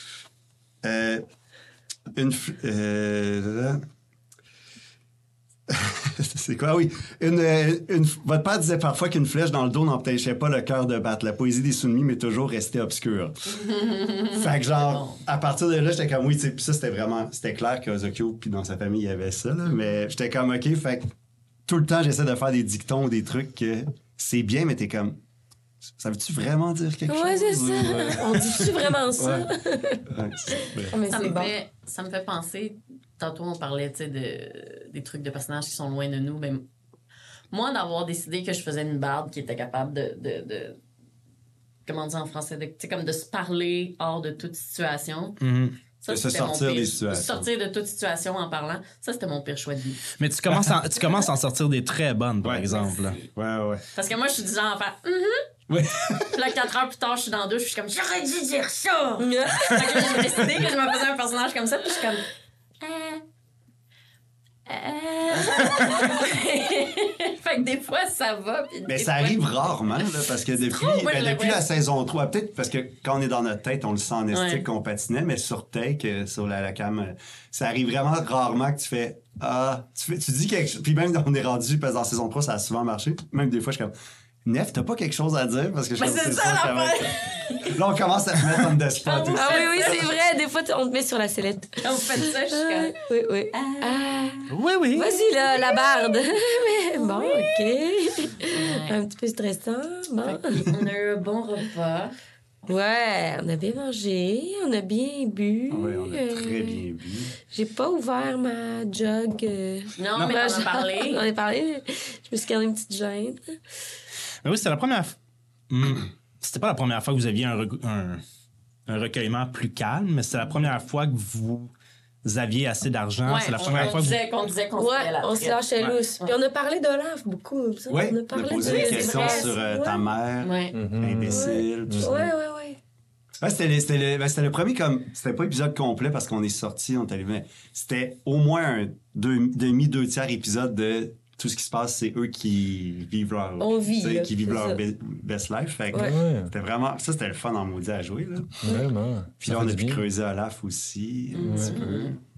euh, une f- euh, c'est quoi? Ah oui. Une, euh, une, votre père disait parfois qu'une flèche dans le dos n'empêchait pas le cœur de battre. La poésie des soumis m'est toujours restée obscure. Fait que genre, à partir de là, j'étais comme, oui, tu sais, puis ça, c'était vraiment, c'était clair que Zokyo, puis dans sa famille, il y avait ça, là, mais j'étais comme, OK, fait que tout le temps, j'essaie de faire des dictons ou des trucs que c'est bien, mais t'es comme, ça veut-tu vraiment dire quelque Ouais, c'est chose? ça. Ou, euh, On dit-tu vraiment ça? ouais, c'est- bref. Ah, mais Ça c'est me, bon. fait, ça me fait penser, tantôt on parlait tu sais, de, des trucs de personnages qui sont loin de nous, mais moi d'avoir décidé que je faisais une barde qui était capable de, de, de comment dire en français, de, tu sais, comme de se parler hors de toute situation. Mhm. Ça, De se c'était mon sortir pire- des situations. Sortir de toute situation en parlant, ça c'était mon pire choix de vie. Mais tu commences, à, tu commences à en sortir des très bonnes, par Ouais. exemple. Ouais, ouais. Parce que moi je suis du genre à faire hum Oui. Puis là, quatre heures plus tard, je suis dans la douche, puis je suis comme, j'aurais dû dire ça! Ouais. Fait que là, j'ai décidé que je me faisais un personnage comme ça, puis je suis comme, Euh... Euh... fait que des fois, ça va. Mais ça fois... arrive rarement, là, parce que depuis, trop, ben, depuis la saison trois, peut-être parce que quand on est dans notre tête, on le sent en estique ouais. qu'on patinait, mais sur take, euh, sur la, la cam, ça arrive vraiment rarement que tu fais Ah, tu, fais, tu dis quelque chose. Puis même, on est rendu, parce que dans saison trois, ça a souvent marché. Même des fois, je suis comme Nef, t'as pas quelque chose à dire? Parce que je mais comme, c'est, c'est ça, ça Là, on commence à te mettre en the spot. Ah, ah oui, oui, c'est vrai. Des fois, on te met sur la sellette. Quand vous faites ça, je suis comme... Oui, oui. Ah. Ah. Oui, oui. Vas-y, là, la barde. Mais bon, oui. OK. Ouais. Un petit peu stressant. Bon. On a eu un bon repas. Ouais, on a bien mangé, on a bien bu. Oui, on a très euh, bien bu. J'ai pas ouvert ma jug. Euh, non, non, mais on a parlé. On a parlé. Je me suis gardé une petite gêne. Mais oui, c'était la première fois. Mmh. C'était pas la première fois que vous aviez un, re... un... un recueillement plus calme, mais c'est la première fois que vous aviez assez d'argent. Ouais, c'est la on, première on fois disait, que qu'on disait qu'on ouais, se la on se lâchait ouais. lousse. Puis on a parlé de l'A F beaucoup. Ça. Oui, on a on a parlé posé de des c'est questions vrai. sur euh, ouais. ta mère, ouais. imbécile, tout ça. Ouais, ouais, ouais. Ouais, c'était, le, c'était, le, ben, c'était le premier comme. C'était pas épisode complet parce qu'on est sorti, on est allé. Mais c'était au moins un deux, demi, deux tiers épisode de tout ce qui se passe, c'est eux qui vivent leur. On vit, là, qui vivent c'est leur ça. be- best life. Fait que Ouais. Ouais. c'était vraiment. Ça, c'était le fun en maudit à jouer. Là. Vraiment. Puis Ça là, fait on a du pu bien. creuser à l'A F aussi, un Ouais. petit peu.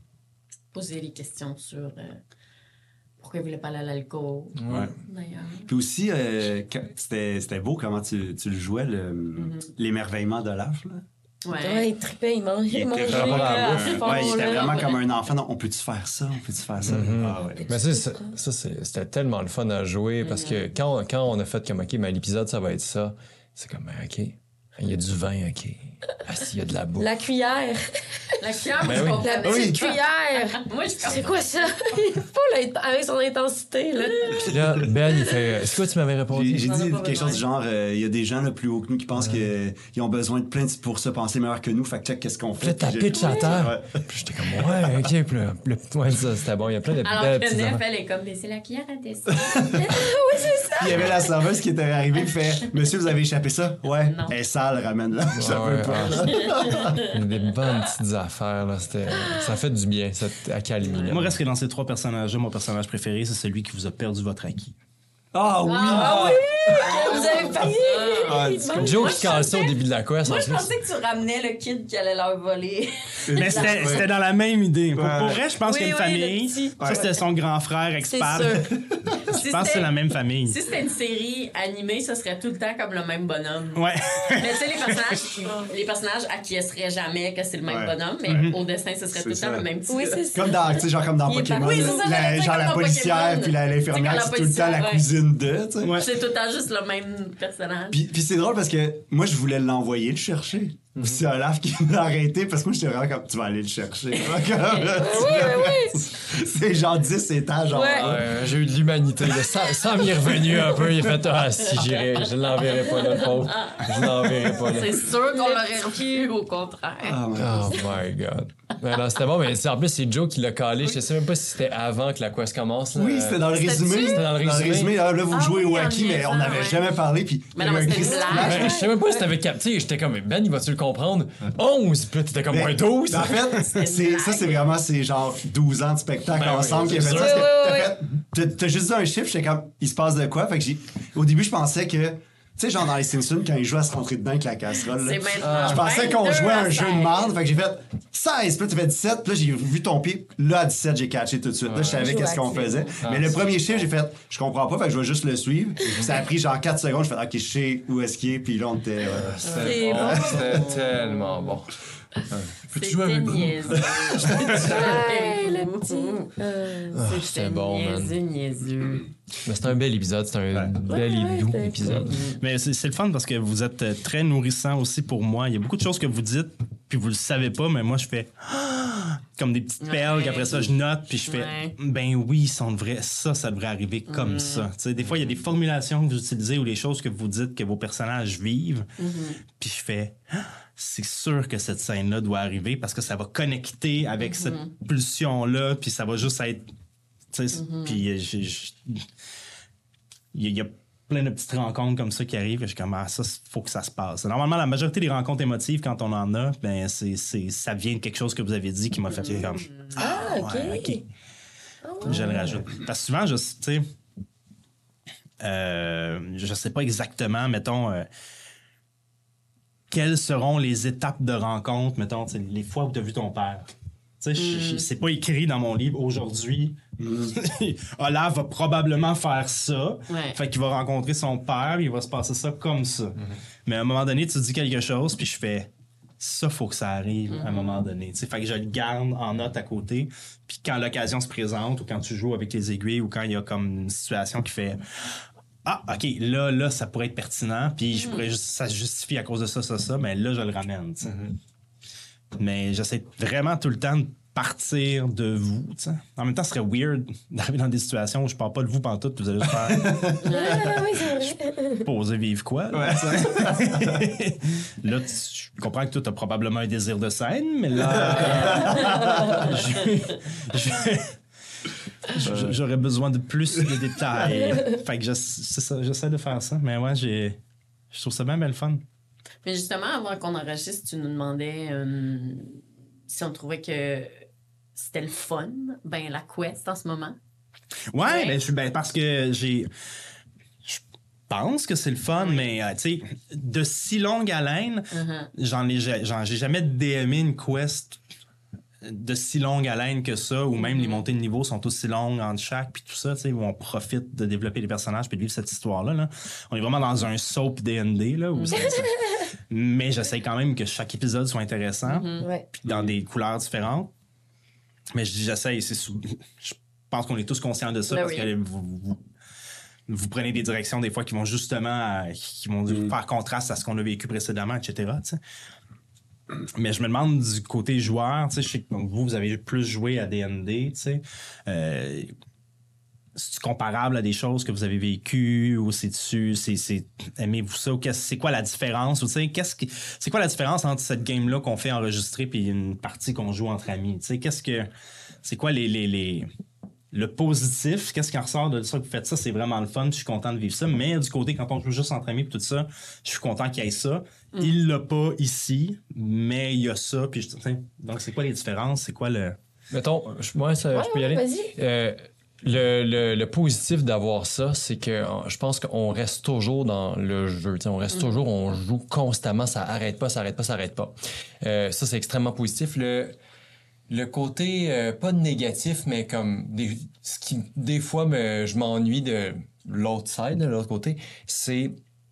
Poser des questions sur euh, pourquoi ils voulaient pas aller à l'alcool. Ouais. D'ailleurs. Puis aussi, euh, quand- c'était, c'était beau comment tu, tu le jouais, le, Mm-hmm. l'émerveillement de l'A F. Là. Ouais. Ouais, il tripait, il mangeait, Il il était mangeait. vraiment, là, à euh, fond, ouais, il était là. vraiment comme un enfant. Non, on peut-tu faire ça? On peut-tu faire ça? Mhm. Ah, ouais. Mais ça, c'est- ça c'est- c'était tellement le fun à jouer parce que quand, quand on a fait comme, OK, mais l'épisode, ça va être ça, c'est comme, ben, OK, il y a du vin, OK. Ah, s'il y a de la bouffe. La cuillère. La cuillère, moi, Ben je oui. comprends. La petite Oui. cuillère. Moi, je C'est comprends. quoi ça? Il faut l'être avec son intensité, là. Puis là, Ben, il fait, est-ce que tu m'avais répondu? J'ai, j'ai On en a dit pas quelque besoin. chose du genre, euh, il y a des gens là, plus haut que nous qui pensent qu'ils ont besoin de plein de, pour se penser meilleurs que nous. Fait que check qu'est-ce qu'on Puis là, fait. t'as Puis j'ai- pitch à terre. Ouais. Puis j'étais comme, ouais, OK. Puis là, le- ouais, ça, c'était bon. Il y a plein de Alors belles que petites Nef, affaires. elle est comme, mais c'est la cuillère à dessert. Puis il y avait la serveuse qui était arrivée qui fait Monsieur, vous avez échappé ça? Ouais. Non. Elle est sale, ramène-la. J'en Ouais, veux pas. ah, des bonnes petites affaires, là. C'était, ça fait du bien, cette accalmie, là. moi, reste que dans ces trois personnages-là, mon personnage préféré, c'est celui qui vous a perdu votre acquis. Ah oui! Ah oui! Vous avez failli! Ah, Il du manque- Joe qui casse ça au début de la quest, en Moi, je plus. pensais que tu ramenais le kid qui allait leur voler. Mais c'était, c'était dans la même idée. Pour, Ouais. pour vrai, je pense Oui, qu'il y a une oui, le famille. petit. Ça, c'était son grand frère C'est expert. sûr. Je pense que c'est la même famille. Si c'était une série animée, ça serait tout le temps comme le même bonhomme. Ouais. Mais tu sais, les personnages, les personnages acquiesceraient jamais que c'est le même Ouais. bonhomme, mais Mhm. au dessin, ce serait C'est tout le temps ça. le même petit Oui, gars. c'est ça. Comme dans, tu sais, genre comme dans Il est Pokémon. pas- Oui, c'est ça, la- j'allais dire genre comme la dans policière Pokémon. puis la- l'infirmière, Tu sais, c'est quand tout le temps la la policière, cousine de, tu sais. Ouais. C'est tout le temps juste le même personnage. Puis, puis c'est drôle parce que moi, je voulais l'envoyer le chercher. C'est Olaf qui m'a arrêté parce que moi, j'étais vraiment comme tu vas aller le chercher. C'est genre dix étages en Ouais. bas. Ouais, j'ai eu de l'humanité. Là. Sam, Sam y est revenu un peu. Il a fait Ah, si j'irai, je l'enverrai pas, là, le pauvre. Je l'enverrai pas, là. C'est sûr qu'on l'aurait revu, au contraire. Ah, ouais. Oh my god. Mais non, c'était bon, mais c'est- en plus, c'est Joe qui l'a calé. Je sais même pas si c'était avant que la quest commence. Là. Oui, c'était dans le C'était-tu? résumé. C'était dans le résumé. Là, là, vous Ah jouez oui, au en hockey, mais niaisant, on n'avait ouais. jamais parlé. Puis Mais il y non, avait un mais c'était une Christ- blague. Ouais, je sais même pas si t'avais capté. J'étais comme, Ben, il va-tu le comprendre? onze! Puis là, t'étais comme, Mais- ouais, douze! En fait, c'est, ça, c'est vraiment c'est genre douze ans de spectacle Ben oui, ensemble qui a c'est fait sûr. ça. Parce que Ouais, t'as ouais, fait- t'as- t'as juste dit un chiffre, j'étais comme, il se passe de quoi? Fait que j'ai, au début, je pensais que, tu sais, genre dans les Simpsons, quand ils jouent à se rentrer dedans avec la casserole, là, C'est maintenant. je pensais qu'on vingt-deux jouait à à un jeu de seize. marde. Fait que j'ai fait seize, puis là, tu fais dix-sept, puis là, j'ai vu ton pied. Là, à dix-sept, j'ai catché tout de suite. Là, je savais Joue qu'est-ce qu'on actif. faisait. Ah, Mais le c'est premier chiffre, j'ai fait, je comprends pas, fait que je vais juste le suivre. Ça a pris genre quatre secondes, je fais, ok, je sais où est-ce qu'il est, puis là, on était. euh, C'est bon. C'était tellement bon. Peux-tu jouer avec vous? niaiseux. Ouais, le petit. Euh, C'était bon, man. niaiseux, niaiseux. Mais c'était un bel épisode. C'était un bel Ouais, et doux ouais, épisode. Mais c'est, c'est le fun parce que vous êtes euh, très nourrissant aussi pour moi. Il y a beaucoup de choses que vous dites, puis vous le savez pas, mais moi, je fais ah comme des petites perles, Ouais. qu'après ça, je note, puis je fais Ouais. ben oui, ça devrait, ça, ça devrait arriver comme ça. Tu sais, des fois, il y a des formulations que vous utilisez ou les choses que vous dites que vos personnages vivent, puis je fais ah, c'est sûr que cette scène-là doit arriver parce que ça va connecter avec cette pulsion-là, puis ça va juste être. Tu sais, puis euh, j'ai- j'ai- il y, a- il y a plein de petites rencontres comme ça qui arrivent. Et je suis comme, ah, ça, il faut que ça se passe. Normalement, la majorité des rencontres émotives, quand on en a, ben, c'est, c'est, ça vient de quelque chose que vous avez dit qui m'a fait comme, ah, OK. Ouais, OK. Oh. Je le rajoute. Parce que souvent, je, tu sais, euh, je sais pas exactement, mettons, euh, quelles seront les étapes de rencontre, mettons, les fois où tu as vu ton père. Tu sais, mm. c'est pas écrit dans mon livre aujourd'hui. Mm. Olaf va probablement faire ça. Ouais. Fait qu'il va rencontrer son père, il va se passer ça comme ça. Mm-hmm. Mais à un moment donné, tu dis quelque chose, puis je fais ça, faut que ça arrive mm-hmm. à un moment donné. T'sais, fait que je le garde en note à côté. Puis quand l'occasion se présente, ou quand tu joues avec les aiguilles, ou quand il y a comme une situation qui fait ah, OK, là, là, ça pourrait être pertinent, puis je pourrais, ça se justifie à cause de ça, ça, ça, mais là, je le ramène. Mm-hmm. Mais j'essaie vraiment tout le temps de partir de vous. T'sais. En même temps, ce serait weird d'arriver dans des situations où je parle pas de vous pantoute, puis vous allez juste faire. Ah, oui, c'est vrai. Poser vivre quoi? Là, ouais. Là tu, je comprends que toi, tu as probablement un désir de scène, mais là. je, je, j'aurais besoin de plus de détails. Fait que je, c'est ça, j'essaie de faire ça. Mais ouais, j'ai, je trouve ça bien, bien le fun. Mais justement, avant qu'on enregistre, tu nous demandais euh, si on trouvait que c'était le fun, ben la quest en ce moment. Ouais, ouais. Ben, je, ben parce que j'ai... Je pense que c'est le fun, oui. mais euh, tu sais, de si longue haleine, uh-huh. j'en ai, j'en, j'ai jamais D M-é une quest de si longue haleine que ça, ou même mm-hmm. les montées de niveau sont aussi longues entre chaque, puis tout ça, tu sais, où on profite de développer les personnages puis de vivre cette histoire-là. Là. On est vraiment dans un soap D and D, là, où mm-hmm. ça, ça... mais j'essaie quand même que chaque épisode soit intéressant, mm-hmm. puis dans des couleurs différentes. Mais je dis j'essaie, c'est sous... je pense qu'on est tous conscients de ça, ben parce oui. que vous, vous, vous prenez des directions des fois qui vont justement, euh, qui vont mm. faire contraste à ce qu'on a vécu précédemment, et cetera, tu sais. Mais je me demande du côté joueur, tu sais, je sais que vous, vous avez plus joué à D and D, tu sais. Euh, c'est-tu comparable à des choses que vous avez vécues ou c'est-tu, c'est, c'est, aimez-vous ça ou c'est quoi la différence ou tu sais, qu'est-ce que, c'est quoi la différence entre cette game-là qu'on fait enregistrer puis une partie qu'on joue entre amis, tu sais, qu'est-ce que, c'est quoi les, les, les, le positif, qu'est-ce qui en ressort de ça que vous faites ça, c'est vraiment le fun, je suis content de vivre ça, mais du côté, quand on joue juste entre amis et tout ça, je suis content qu'il y ait ça. Mm. Il l'a pas ici, mais il y a ça, puis je, donc c'est quoi les différences, c'est quoi le... Mettons, moi, ça, ouais, je peux y aller? Vas-y. Euh, le, le, le positif d'avoir ça, c'est que je pense qu'on reste toujours dans le jeu, on reste mm. toujours, on joue constamment, ça arrête pas, ça arrête pas, ça arrête pas. Euh, ça, c'est extrêmement positif. Le... Le côté, euh, pas de négatif, mais comme des, ce qui, des fois, me, je m'ennuie de l'autre side, de l'autre côté, c'est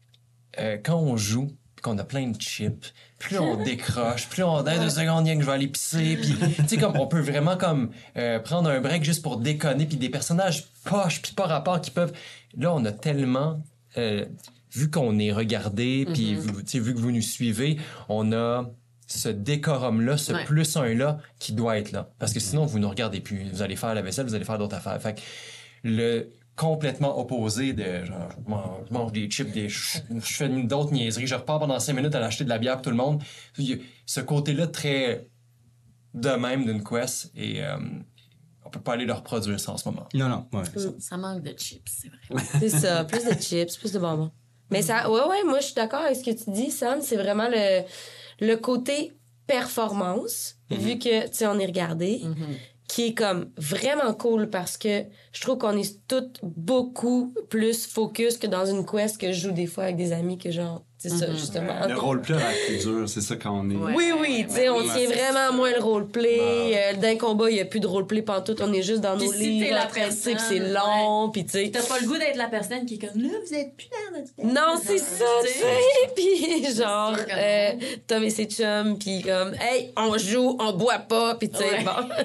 euh, quand on joue, qu'on a plein de chips, plus on décroche, plus on dit deux secondes, que je vais aller pisser, puis tu sais, comme on peut vraiment comme euh, prendre un break juste pour déconner, puis des personnages poches, puis pas rapport qui peuvent... Là, on a tellement... Euh, vu qu'on est regardé, puis mm-hmm. vu que vous nous suivez, on a... ce décorum-là, ce ouais. plus un-là qui doit être là. Parce que sinon, vous ne regardez plus. Vous allez faire la vaisselle, vous allez faire d'autres affaires. Fait que le complètement opposé de genre, je mange, je mange des chips, des, je, je fais d'autres niaiseries, je repars pendant cinq minutes à l'acheter de la bière pour tout le monde. Ce côté-là très de même d'une quest et euh, on peut pas aller le reproduire ça en ce moment. Non, non. Ouais. Ça, ça manque de chips, c'est vrai. C'est ça, plus de chips, plus de bonbons. Mais ça, ouais, ouais, moi, je suis d'accord avec ce que tu dis, Sam. C'est vraiment le... le côté performance, mm-hmm. vu que, tu sais, on est regardé, mm-hmm. qui est comme vraiment cool parce que je trouve qu'on est toutes beaucoup plus focus que dans une quest que je joue des fois avec des amis que genre, c'est mm-hmm. ça, justement. Ouais, le roleplay a plus dur, c'est ça quand on est. Ouais, oui, oui, tu sais, on tient vraiment moins le roleplay. Euh, d'un combat, il n'y a plus de roleplay pantoute, on est juste dans pis nos si livres. T'es la personne, que c'est long, ouais. puis tu sais. T'as pas le goût d'être la personne qui est comme là, vous êtes plus dans notre tête. Non, c'est ça, tu sais. Puis genre, euh, Tom et ses chums, puis comme, hey, on joue, on boit pas, puis tu sais, ouais. bon.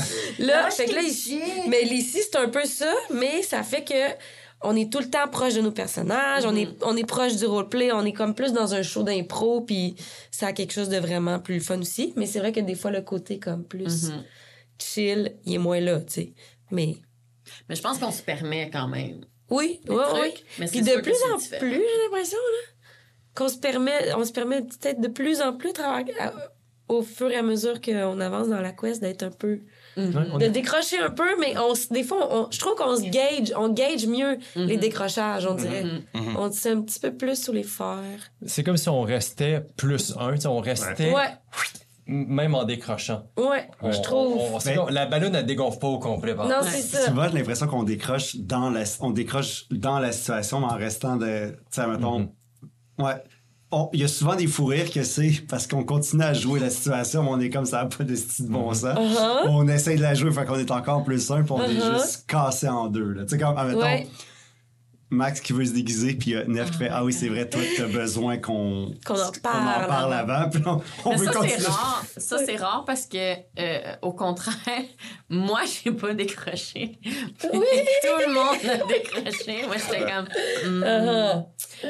Là, fait que là, ici, mais ici, c'est un peu ça, mais ça fait que on est tout le temps proche de nos personnages, mm-hmm. on est on est proche du roleplay, on est comme plus dans un show d'impro, puis ça a quelque chose de vraiment plus fun aussi. Mais c'est vrai que des fois, le côté comme plus mm-hmm. chill, il est moins là, tu sais. Mais... mais je pense qu'on se permet quand même. Oui, oui, oui. Puis de plus en différent. plus, j'ai l'impression, là, qu'on se permet, on se permet peut-être de plus en plus, à, à, au fur et à mesure qu'on avance dans la quest, d'être un peu Mm-hmm. Ouais, on de est- décrocher un peu, mais on, s- des fois, on, je trouve qu'on se gauge, on gauge mieux Mm-hmm. les décrochages, on dirait. Mhm. On dit un petit peu plus sur les fers. C'est comme si on restait plus un, tu sais, on restait Ouais, même en décrochant. ouais, On- je trouve. on- on- c'est Mais- comme- la ballonne, elle dégonfle pas au complet. par Non, contre. c'est ça. Souvent, j'ai l'impression qu'on décroche dans la, on décroche dans la situation, mais en restant de. Tu sais, mettons. Ouais. On- Il y a souvent des fous rires que c'est parce qu'on continue à jouer la situation, mais on est comme ça, pas de style de bon sens. Uh-huh. On essaye de la jouer, fait qu'on est encore plus un, puis on est Uh-huh. juste cassé en deux. là. Tu sais, comme, admettons, Ouais. Max qui veut se déguiser, puis euh, Nef qui fait Ah oui, c'est vrai, toi, t'as besoin qu'on Qu'on en qu'on parle en parle avant, puis on, on Mais veut ça, continuer. c'est rare. Ça, c'est rare parce que, euh, au contraire, moi, j'ai pas décroché. Tout le monde a décroché. Moi, j'étais comme. hmm. Uh-huh.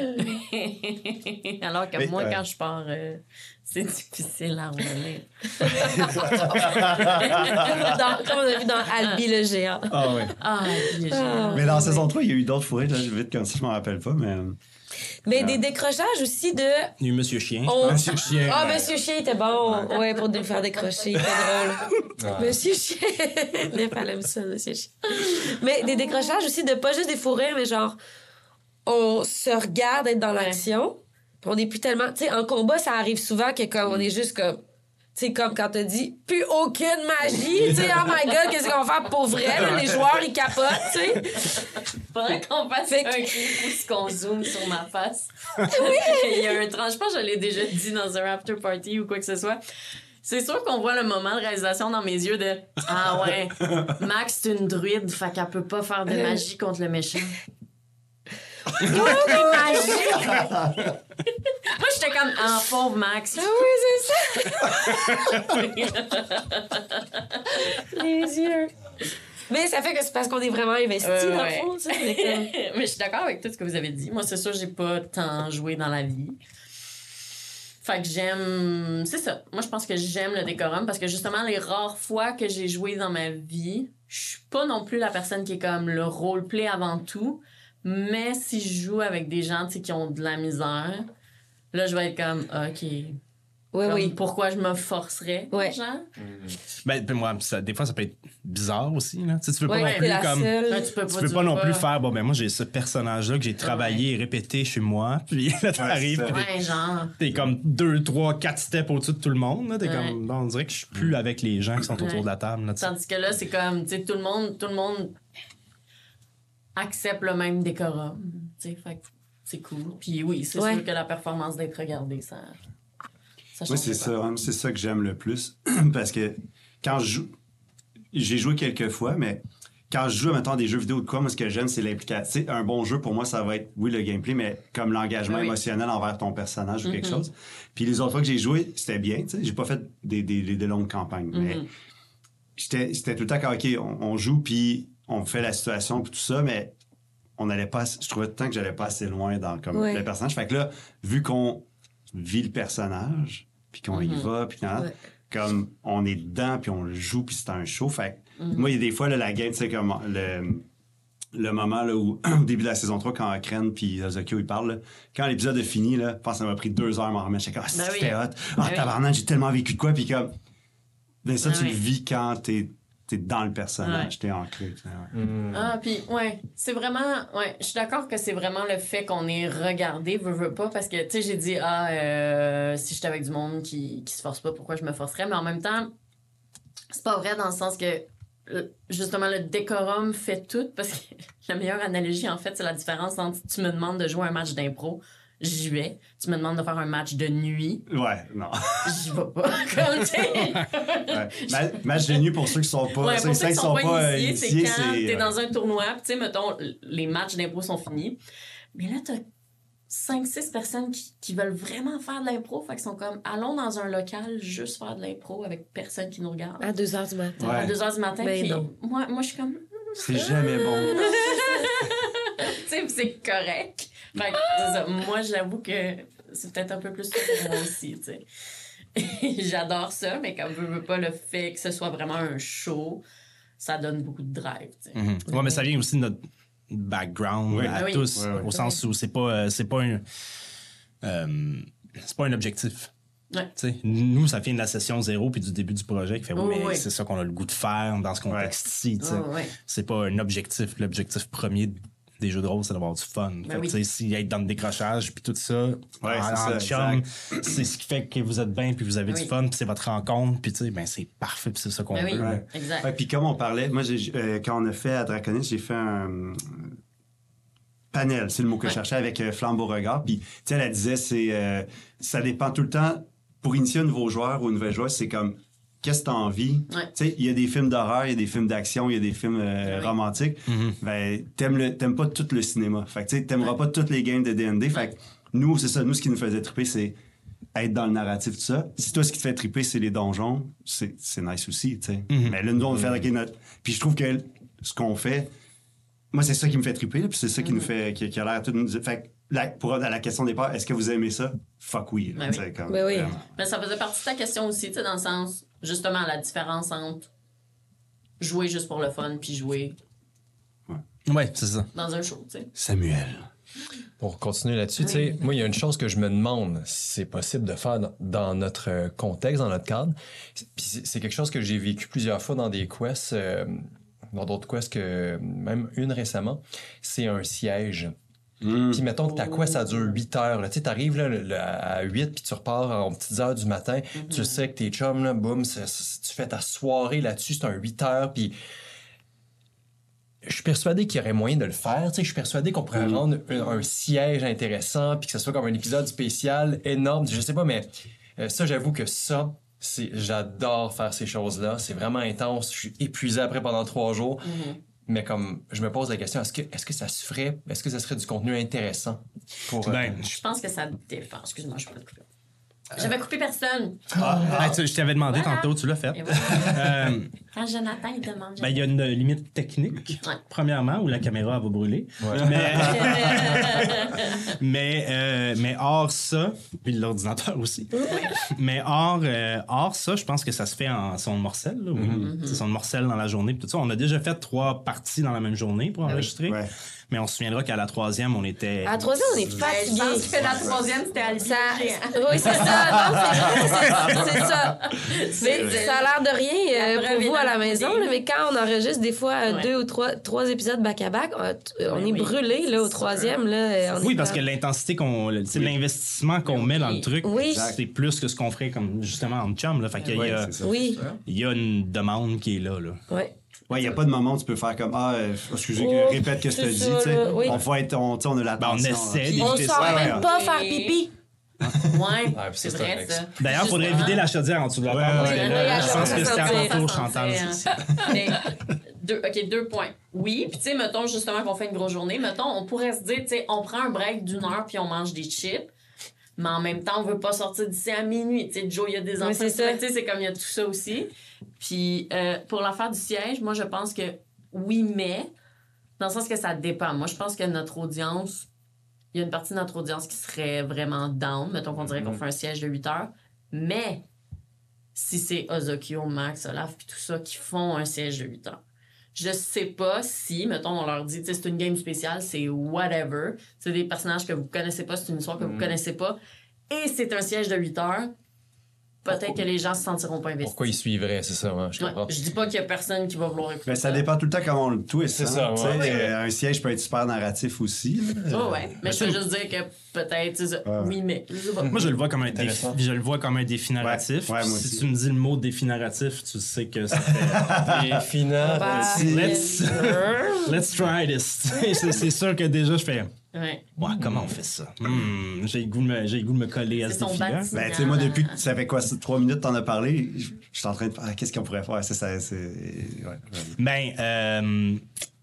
Alors que Mais, moi, euh, quand je pars, euh, c'est difficile à rouler. Dans- comme on a vu dans Albi le géant. Ah ouais. Ah, puis j'ai- Ah. Mais dans saison trois, il y a eu d'autres fous rires, là, vite comme ça, je m'en rappelle pas, mais. Mais des décrochages aussi de. Il y a eu Monsieur Chien. On- Monsieur Chien. Ah, Monsieur Chien était bon. Ouais, pour nous faire décrocher. C'était drôle. Monsieur Chien. Nef, elle aime ça, Monsieur Chien. Mais des décrochages aussi de pas juste des fous rires, mais genre, on se regarde être dans l'action. Puis on est plus tellement. Tu sais, en combat, ça arrive souvent que comme on est juste comme. Tu sais, comme quand t'as dit plus aucune magie. Tu sais, oh my god, qu'est-ce qu'on va faire pour vrai? Là, les joueurs, ils capotent, tu sais. Faudrait qu'on fasse Fait que- un clip où ce qu'on zoome sur ma face. Il y a un tranche, je pense que je l'ai déjà dit dans un after party ou quoi que ce soit. C'est sûr qu'on voit le moment de réalisation dans mes yeux de Ah ouais, Max, c'est une druide, fait qu'elle peut pas faire de magie contre le méchant. De magie! Moi, j'étais comme Ah, pauvre Max. Ah oui, c'est ça. Les yeux. Mais ça fait que c'est parce qu'on est vraiment investi Euh, dans ouais. le fond, tu sais. Mais comme- Mais je suis d'accord avec tout ce que vous avez dit. Moi, c'est sûr, j'ai pas tant joué dans la vie. Fait que j'aime... C'est ça. Moi, je pense que j'aime le décorum parce que justement, les rares fois que j'ai joué dans ma vie, je suis pas non plus la personne qui est comme le roleplay avant tout. Mais si je joue avec des gens, tu sais, qui ont de la misère, là, je vais être comme, OK. Oui, Comme, oui. Pourquoi je me forcerais, Ouais. genre? Ben, puis moi, ça, des fois, ça peut être bizarre aussi. Là. Tu sais, tu peux Ouais, pas non t'es plus la comme. seule. Là, tu peux Tu pas, peux tu pas veux non pas. plus faire, bon, ben moi, j'ai ce personnage-là que j'ai travaillé et répété chez moi. Puis là, t'arrives, c'est ça. puis t'es- Ouais, genre. t'es comme deux, trois, quatre steps au-dessus de tout le monde. Là. T'es Ouais. comme, bon, on dirait que je suis plus avec les gens qui sont autour Ouais. de la table. Là, tu sais. Tandis que là, c'est comme, tu sais, tout le monde, tout le monde accepte le même décorum. Tu sais, fait que c'est cool. Puis oui, c'est Ouais. sûr que la performance d'être regardée, ça. ça Oui, change c'est pas. ça. hein, C'est ça que j'aime le plus. Parce que quand je joue, j'ai joué quelques fois, mais quand je joue, mettons, des jeux vidéo de quoi, moi, ce que j'aime, c'est l'implication. Tu sais, un bon jeu, pour moi, ça va être, oui, le gameplay, mais comme l'engagement Oui. émotionnel envers ton personnage ou quelque Mhm. chose. Puis les autres fois que j'ai joué, c'était bien, tu sais. J'ai pas fait des, des, des- des longues campagnes, mais Mhm. j'étais, c'était tout le temps quand, OK, on, on joue, puis on fait la situation, puis tout ça, mais on allait pas, assez- je trouvais tout le temps que j'allais pas assez loin dans comme, Ouais. le personnage. Fait que là, vu qu'on vit le personnage, puis qu'on y Mhm. va, puis qu'on- Ouais. comme on est dedans, puis on le joue, puis c'est un show. Fait que Mhm. moi, il y a des fois, là, la game, tu sais, comme le, le moment là, où, au début de la saison trois, quand Kren puis Ozokyo, ils parlent, là, quand l'épisode est fini, là, je pense que ça m'a pris deux heures à m'en remettre. J'étais comme, ah, Ben oui. c'était hot. Ah, Ben oui. tabarnak, j'ai tellement vécu de quoi, puis comme, ben ça, Ben tu oui. le vis quand t'es, t'es dans le personnage, Ouais. t'es ancré. tu sais, ouais. Mm. Ah, puis, ouais, c'est vraiment. Ouais, je suis d'accord que c'est vraiment le fait qu'on est regardé, veut, veut pas, parce que, tu sais, j'ai dit, ah, euh, si j'étais avec du monde qui, qui se force pas, pourquoi je me forcerais? Mais en même temps, c'est pas vrai dans le sens que, euh, justement, le décorum fait tout, parce que la meilleure analogie, en fait, c'est la différence entre tu me demandes de jouer un match d'impro, j'y vais. Tu me demandes de faire un match de nuit, Ouais, non. j'y vais pas. Comme, tu sais. Ouais. Ma- Match de nuit pour ceux qui sont pas, Ouais, ceux pour ceux qui qui sont pas euh, initiés, c'est initiés, quand c'est, t'es euh, dans un tournoi, pis tu sais, mettons, les matchs d'impro sont finis. Mais là, t'as cinq six personnes qui, qui veulent vraiment faire de l'impro, fait qu'ils sont comme, allons dans un local juste faire de l'impro avec personne qui nous regarde. À deux heures du matin. Ouais. À deux heures du matin, Ben puis non. moi, moi je suis comme, c'est jamais bon. tu sais, pis c'est correct. Fait que, c'est ça. Moi, j'avoue que c'est peut-être un peu plus ça pour moi aussi, tu sais. J'adore ça, mais comme je veux pas le fait que ce soit vraiment un show, ça donne beaucoup de drive, tu sais. Mhm. Ouais, mais ça vient aussi de notre background Oui. à Ah oui. tous, Ouais, ouais. au sens où c'est pas, euh, c'est pas un. euh, c'est pas un objectif. Ouais. T'sais, nous, ça vient de la session zéro puis du début du projet qui fait oui, Oh, mais oui. c'est ça qu'on a le goût de faire dans ce contexte-ci. t'sais. Oh, oui. C'est pas un objectif. L'objectif premier des jeux de rôle, c'est d'avoir du fun. Ben fait que, oui. t'sais, si être dans le décrochage puis tout ça, Ouais, en, c'est en ça, chum, exact. c'est ce qui fait que vous êtes bien puis vous avez Oui. du fun puis c'est votre rencontre puis tu sais, ben c'est parfait puis c'est ça qu'on Ben oui, veut. Ouais. exact. Ouais, puis comme on parlait, moi, j'ai, euh, quand on a fait à Draconis, j'ai fait un euh, panel, c'est le mot que je Ouais. cherchais, avec euh, Flambeau Regard. Puis, tu sais, elle disait, c'est, euh, ça dépend tout le temps. Pour initier un nouveau joueur ou une nouvelle joueuse, c'est comme, qu'est-ce que t'as envie? Ouais. Tu sais, il y a des films d'horreur, il y a des films d'action, il y a des films euh, Oui. romantiques. Ben, t'aimes, le, t'aimes pas tout le cinéma. Fait que, tu sais, t'aimeras pas toutes les games de D and D. Fait que, nous, c'est ça. Nous, ce qui nous faisait triper, c'est être dans le narratif, tout ça. Si toi, ce qui te fait triper, c'est les donjons, c'est, c'est nice aussi, tu sais. Mais là, nous, on fait, OK, notre... Puis je trouve que ce qu'on fait, moi, c'est ça qui me fait triper, là, puis c'est ça qui nous fait, qui, qui a l'air tout nous... Fait que, la, pour à la question des départ, est-ce que vous aimez ça? Fuck oui. là, Ben oui. tu sais, comme, Ben oui. vraiment. Mais ça faisait partie de ta question aussi, tu sais, dans le sens, justement, la différence entre jouer juste pour le fun puis jouer Ouais, c'est ça. dans un show, tu sais. Samuel. Pour continuer là-dessus, tu sais, moi, il y a une chose que je me demande si c'est possible de faire dans, dans notre euh, contexte, dans notre cadre. Puis c'est, c'est quelque chose que j'ai vécu plusieurs fois dans des quests, euh, dans d'autres quests que même une récemment. C'est un siège. Puis mettons que ta quest, ça dure huit heures. là. Tu sais, t'arrives là, le- le- à huit, puis tu repars en petites heures du matin. Tu sais que tes chums, là, boum, c'est- c'est- tu fais ta soirée là-dessus, c'est un huit heures, puis je suis persuadé qu'il y aurait moyen de le faire. Tu sais, je suis persuadé qu'on pourrait rendre un, un siège intéressant, puis que ce soit comme un épisode spécial énorme. Je sais pas, mais euh, ça, j'avoue que ça, c'est, j'adore faire ces choses-là. C'est vraiment intense. Je suis épuisé après pendant trois jours. Mais comme, je me pose la question, est-ce que, est-ce que ça se ferait, est-ce que ça serait du contenu intéressant pour... euh, Ben, Je pense que ça dépend. Excuse-moi, je peux pas te couper. J'avais coupé personne. Ah, tu- je t'avais demandé Voilà. tantôt, tu l'as fait. Et voilà. Euh, Quand Jonathan, il demande... ben, il y a une limite technique, Ouais. premièrement, où la caméra elle va brûler. Mais, mais, euh, mais hors ça, puis l'ordinateur aussi. Mais hors, euh, hors ça, je pense que ça se fait en son de morcelle. Là, oui. Tu sais, son de morcelle dans la journée. Puis tout ça. On a déjà fait trois parties dans la même journée pour enregistrer. Ouais. Mais on se souviendra qu'à la troisième, on était. À la troisième, on est Je fatigué. pense que la troisième, c'était à Ça... l'idée. Oui, c'est ça. Non, c'est vrai, c'est- c'est ça. Mais C'est- ça a l'air de rien euh, La preuve pour vous est à dans la le maison, pudding. là, mais quand on enregistre des fois euh, Ouais. deux ou trois, trois épisodes back-à-back, on, t- on Oui, est oui. brûlé là, au C'est troisième. Là, on Oui, est parce que comme- l'intensité qu'on. le- tu sais, l'investissement qu'on met dans le truc, Oui. c'est plus que ce qu'on ferait comme justement en chum. Là. Fait qu'il y a, Ouais, il y a- c'est ça. Oui, il y a une demande qui est là. là. ouais. Ouais, il n'y a pas de moment où tu peux faire comme Ah, euh, excusez, Oh, répète que je te c'est dis. ça, tu sais. là, oui. On va être, on, tu sais, on a Ben, on l'attention. essaie là. d'éviter On ça. sort ouais, même ouais. pas Oui. faire pipi. Ouais, puis c'est ça, c'est vrai, un ça. D'ailleurs, il faudrait Justement. vider la chaudière en dessous de la Ouais, table. parce ouais, que ouais, là, ouais, je pense ouais, que ça c'était à sentait, ton tour, ça Chantal. sentait, hein. Mais, deux, OK, deux points. Oui, puis tu sais, mettons justement qu'on fait une grosse journée, mettons, on pourrait se dire, tu sais, on prend un break d'une heure puis on mange des chips, mais en même temps, on veut pas sortir d'ici à minuit. Tu sais, Joe, il y a des enfants. c'est ça. Tu sais, c'est comme il y a tout ça aussi. Puis euh, pour l'affaire du siège, moi, je pense que oui, mais dans le sens que ça dépend. Moi, je pense que notre audience, il y a une partie de notre audience qui serait vraiment down. Mettons qu'on dirait qu'on fait un siège de huit heures. Mais si c'est Ozokyo, Max, Olaf, puis tout ça qui font un siège de huit heures, je sais pas si, mettons, on leur dit, tu sais, c'est une game spéciale, c'est whatever. C'est des personnages que vous connaissez pas, c'est une histoire que vous connaissez pas. Et c'est un siège de huit heures. Peut-être que les gens se sentiront pas investis. Pourquoi ils suivraient, c'est ça, hein, je Ouais, comprends. je dis pas qu'il y a personne qui va vouloir écouter Ben, ça dépend tout le temps comment on le twist. C'est hein. ça, Tu sais, ouais. euh, un siège peut être super narratif aussi. là. Oh ouais, mais je veux juste dire que peut-être, tu sais, Ouais. oui, mais. Je sais pas. Moi, je le vois comme un défi. Intéressant. Je le vois comme un défi narratif. Ouais, ouais, moi si aussi. tu me dis le mot défi narratif, tu sais que ça fait. Et final, Bah, Let's, let's try this. c'est, c'est sûr que déjà, je fais. Ouais. Ouais, comment on fait ça? Hmm, j'ai, le goût de me, j'ai le goût de me coller à C'est ce ton défi-là. bâtiment. Ben, tu sais, moi, depuis que ça fait quoi, c'est trois minutes, t'en as parlé, je je suis en train de faire, ah, qu'est-ce qu'on pourrait faire? C'est ça, c'est. Ouais, Ben, euh,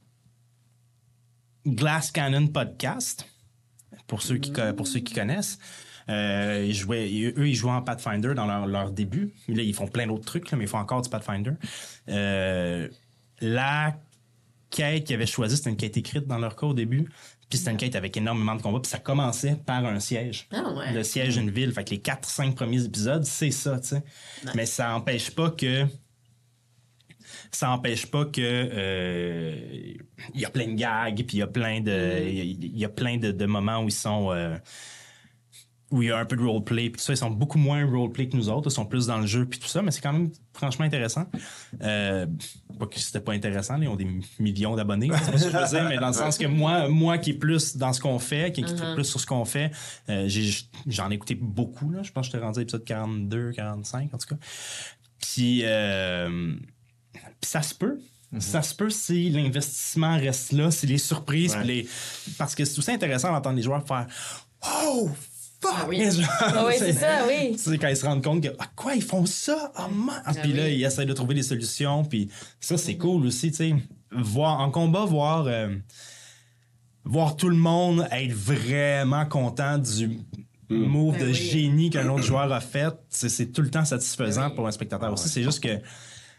Glass Cannon Podcast, pour ceux qui, co- pour ceux qui connaissent. Euh, ils jouaient, ils- eux, ils jouaient en Pathfinder dans leur, leur début. Là, ils font plein d'autres trucs, là, mais ils font encore du Pathfinder. Euh, la quête qu'ils avaient choisie, c'était une quête écrite dans leur cas au début. Puis c'était une quête avec énormément de combats. Puis ça commençait par un siège. Ah ouais. Le siège d'une ville. Fait que les quatre cinq premiers épisodes, c'est ça, tu sais. Mais ça empêche pas que... Ça empêche pas que... euh, il y a plein de gags, puis il y a plein de... Il y a- il y a plein de, de moments où ils sont... euh, où il y a un peu de roleplay, puis tout ça, ils sont beaucoup moins roleplay que nous autres, ils sont plus dans le jeu, puis tout ça, mais c'est quand même franchement intéressant. Euh, pas que c'était pas intéressant, là, ils ont des millions d'abonnés, c'est pas ce que je veux dire, mais dans le sens que moi, moi qui est plus dans ce qu'on fait, qui est uh-huh. plus sur ce qu'on fait, euh, j'ai, j'en ai écouté beaucoup, là, je pense que j'étais rendu à l'épisode quarante-deux, quarante-cinq, en tout cas. Puis, euh, puis ça se peut. Mm-hmm. Ça se peut si l'investissement reste là, si les surprises, ouais. les... parce que c'est aussi intéressant d'entendre les joueurs faire « Oh! Fuck! Ah oui, ah oui c'est ça, oui. » Tu sais, quand ils se rendent compte que « Ah, quoi, ils font ça? Oh, man! Ah, » Puis là, oui. ils essaient de trouver des solutions, puis ça, c'est mm-hmm. cool aussi, tu sais. Voir, en combat, voir, euh, voir tout le monde être vraiment content du move mm. de oui. génie qu'un autre joueur a fait, c'est, c'est tout le temps satisfaisant oui. pour un spectateur aussi. C'est juste que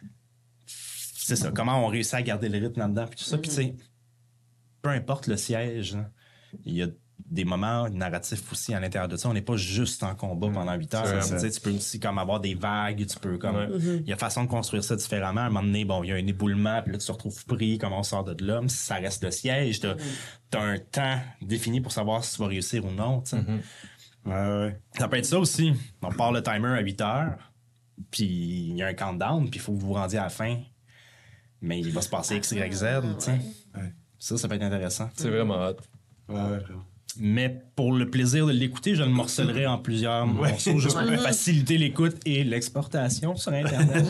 c'est ça, comment on réussit à garder le rythme là-dedans, puis tout ça. Mm-hmm. Puis tu sais, peu importe le siège, il y a des moments narratifs aussi à l'intérieur de ça. On n'est pas juste en combat mm-hmm. pendant huit heures. Tu sais, tu peux aussi comme avoir des vagues, tu peux comme... Mm-hmm. Il y a façon de construire ça différemment. À un moment donné, bon, il y a un éboulement, puis là, tu te retrouves pris, comment on sort de là. Si ça reste le siège, t'as, mm-hmm. t'as un temps défini pour savoir si tu vas réussir ou non, tu sais. Mm-hmm. Ouais, ouais. Ça peut être ça aussi. On part le timer à huit heures, puis il y a un countdown, puis il faut que vous vous rendiez à la fin. Mais il va se passer X, Y, Z, tu sais. Ouais. Ça, ça peut être intéressant. C'est vraiment hot. Ouais, ouais, vraiment. Mais pour le plaisir de l'écouter, je le morcellerai en plusieurs ouais. morceaux juste pour faciliter l'écoute et l'exportation sur Internet.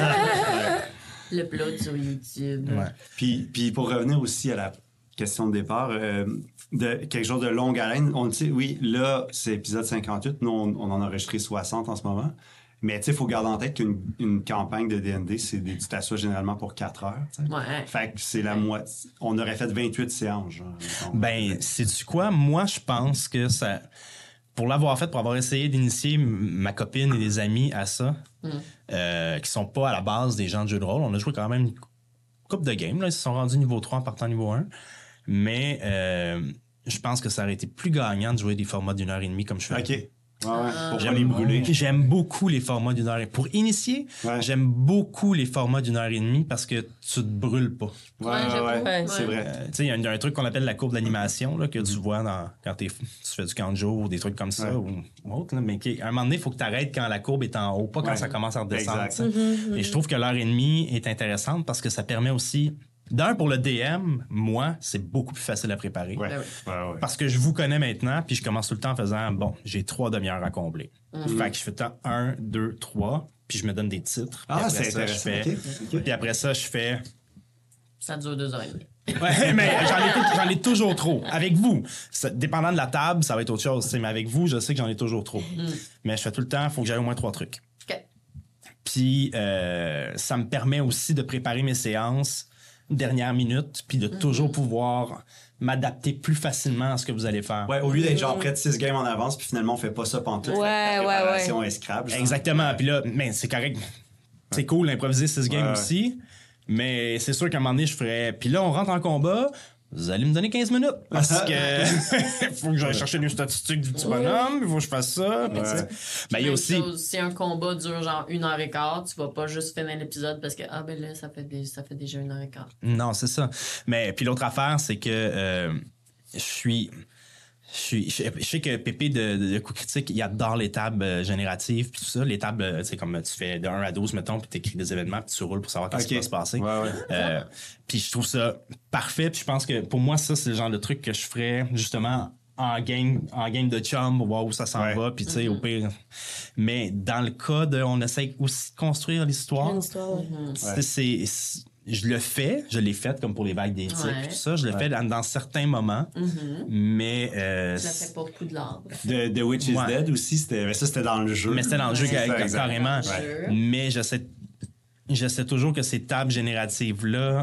Le plot sur YouTube. Ouais. Puis, puis pour revenir aussi à la question de départ, euh, de quelque chose de longue haleine, on dit, oui, là, c'est épisode cinquante-huit, nous, on, on en a enregistré soixante en ce moment. Mais tu sais, il faut garder en tête qu'une une campagne de D and D, c'est des, tu t'assois généralement pour quatre heures. T'sais. Ouais. Fait que c'est la moitié. On aurait fait vingt-huit séances. Genre, ben, sais-tu quoi? Moi, je pense que ça. Pour l'avoir fait, pour avoir essayé d'initier ma copine et des amis à ça, mm. euh, qui sont pas à la base des gens de jeux de rôle, on a joué quand même une couple de games. Là, ils se sont rendus niveau trois en partant niveau un. Mais euh, je pense que ça aurait été plus gagnant de jouer des formats d'une heure et demie comme je fais. OK. Ouais, ouais. Pour j'aime, les brûler. J'aime beaucoup les formats d'une heure et demie. Pour initier, ouais. j'aime beaucoup les formats d'une heure et demie parce que tu te brûles pas. Ouais, ouais, ouais, ouais. C'est vrai. Euh, tu sais, il y, y a un truc qu'on appelle la courbe d'animation là, que mm-hmm. tu vois dans, quand t'es, tu fais du camp de jour ou des trucs comme ça ouais. ou, ou autre. Là, mais à un moment donné, il faut que tu arrêtes quand la courbe est en haut, pas quand ouais. ça commence à redescendre. Mm-hmm. Et je trouve que l'heure et demie est intéressante parce que ça permet aussi... D'un, pour le D M, moi, c'est beaucoup plus facile à préparer. Ouais. Ouais, ouais. Parce que je vous connais maintenant, puis je commence tout le temps en faisant, bon, j'ai trois demi-heures à combler. Mm-hmm. Fait que je fais temps un, deux, trois, puis je me donne des titres. Ah, après c'est ça, intéressant. Je fais, okay. Puis après ça, je fais... Ça dure deux heures et demie. Ouais, mais j'en ai, j'en ai toujours trop. Avec vous, ça, dépendant de la table, ça va être autre chose. Mais avec vous, je sais que j'en ai toujours trop. Mm. Mais je fais tout le temps, il faut que j'aille au moins trois trucs. OK. Puis euh, ça me permet aussi de préparer mes séances dernière minute, puis de mm-hmm. toujours pouvoir m'adapter plus facilement à ce que vous allez faire. Ouais, au lieu d'être genre près de six games en avance, puis finalement on fait pas ça pantoute. Ouais, ouais, ouais. est scrap. Exactement. Puis là, mais c'est correct. C'est cool d'improviser six games ouais. aussi, mais c'est sûr qu'à un moment donné, je ferais... Puis là, on rentre en combat, vous allez me donner quinze minutes, parce que faut que j'aille chercher les statistiques du petit bonhomme, il faut que je fasse ça. Ouais. Ben, il y a aussi... Chose, si un combat dure genre une heure et quart, tu vas pas juste finir l'épisode parce que, ah ben là, ça fait, des, ça fait déjà une heure et quart. Non, c'est ça. Mais puis l'autre affaire, c'est que euh, je suis... Je, suis, je, je sais que Pépé de, de, de Coup Critique, il adore les tables euh, génératives puis tout ça. Les tables, c'est comme tu fais de un à douze, mettons, puis t'écris des événements puis tu roules pour savoir qu'est-ce okay. qui va se passer. Ouais, ouais. Euh, puis je trouve ça parfait. Puis je pense que pour moi, ça, c'est le genre de truc que je ferais justement en game, en game de chum pour voir où ça s'en ouais. va. Puis tu sais, mm-hmm. au pire. Mais dans le cas de, on essaie aussi de construire l'histoire. L'histoire, ouais. c'est, c'est, c'est je le fais, je l'ai fait comme pour les vagues d'éthique ouais. tout ça, je le ouais. fais dans, dans certains moments, mm-hmm. mais... Euh, je le fais pas pour de l'art. The, The Witch is ouais. Dead aussi, c'était, mais ça c'était dans le jeu. Mais c'était dans le jeu ouais, ca- ça, carrément. Ouais. Mais je sais, je sais toujours que ces tables génératives-là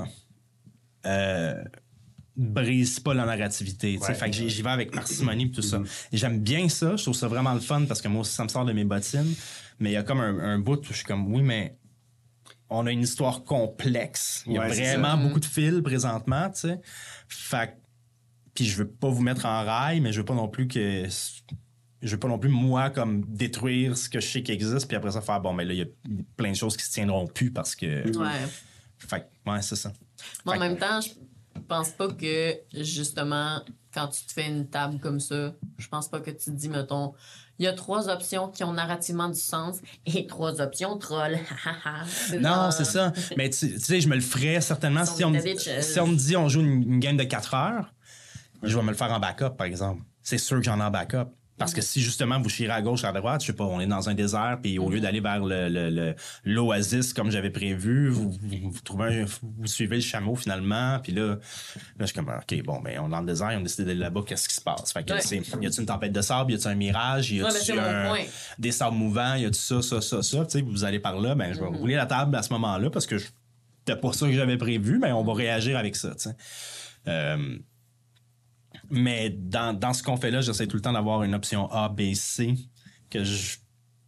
euh, brisent pas la narrativité. Ouais. Fait que j'y, j'y vais avec parcimonie et tout mm-hmm. ça. Et j'aime bien ça, je trouve ça vraiment le fun parce que moi aussi ça me sort de mes bottines, mais il y a comme un, un bout où je suis comme, oui, mais... On a une histoire complexe. Il y a ouais, vraiment beaucoup de fils présentement, tu sais. Fait puis je veux pas vous mettre en rail, mais je veux pas non plus que... Je veux pas non plus, moi, comme détruire ce que je sais qui existe, puis après ça, faire, bon, mais là, il y a plein de choses qui se tiendront plus parce que... Ouais. Fait ouais, c'est ça. Bon, en même temps, je pense pas que, justement, quand tu te fais une table comme ça, je pense pas que tu te dis, mettons... il y a trois options qui ont narrativement du sens et trois options troll. Non, c'est ça. Mais tu tu sais, je me le ferais certainement si on, me- si on me dit on joue une, une game de quatre heures, je vais me le faire en backup, par exemple. C'est sûr que j'en ai en backup. Parce que si justement vous chirez à gauche, à droite, je sais pas, on est dans un désert, puis au lieu d'aller vers le, le, le- l'oasis comme j'avais prévu, vous, vous, vous trouvez un- vous suivez le chameau finalement, puis là, là je suis comme ok, bon, ben on est dans le désert, on a décidé d'aller là-bas, qu'est-ce qui se passe? Fait que Ouais. c'est, y a-tu une tempête de sable, y a-tu un mirage, y Ouais, mais a-tu c'est mon un- point. des sables mouvants, y a-tu ça, ça, ça, ça, tu sais, vous allez par là, ben je vais rouler la table à ce moment-là parce que je- c'était pas ça que j'avais prévu, mais on va réagir avec ça, tu sais. Euh, Mais dans, dans ce qu'on fait là, j'essaie tout le temps d'avoir une option A, B, C que je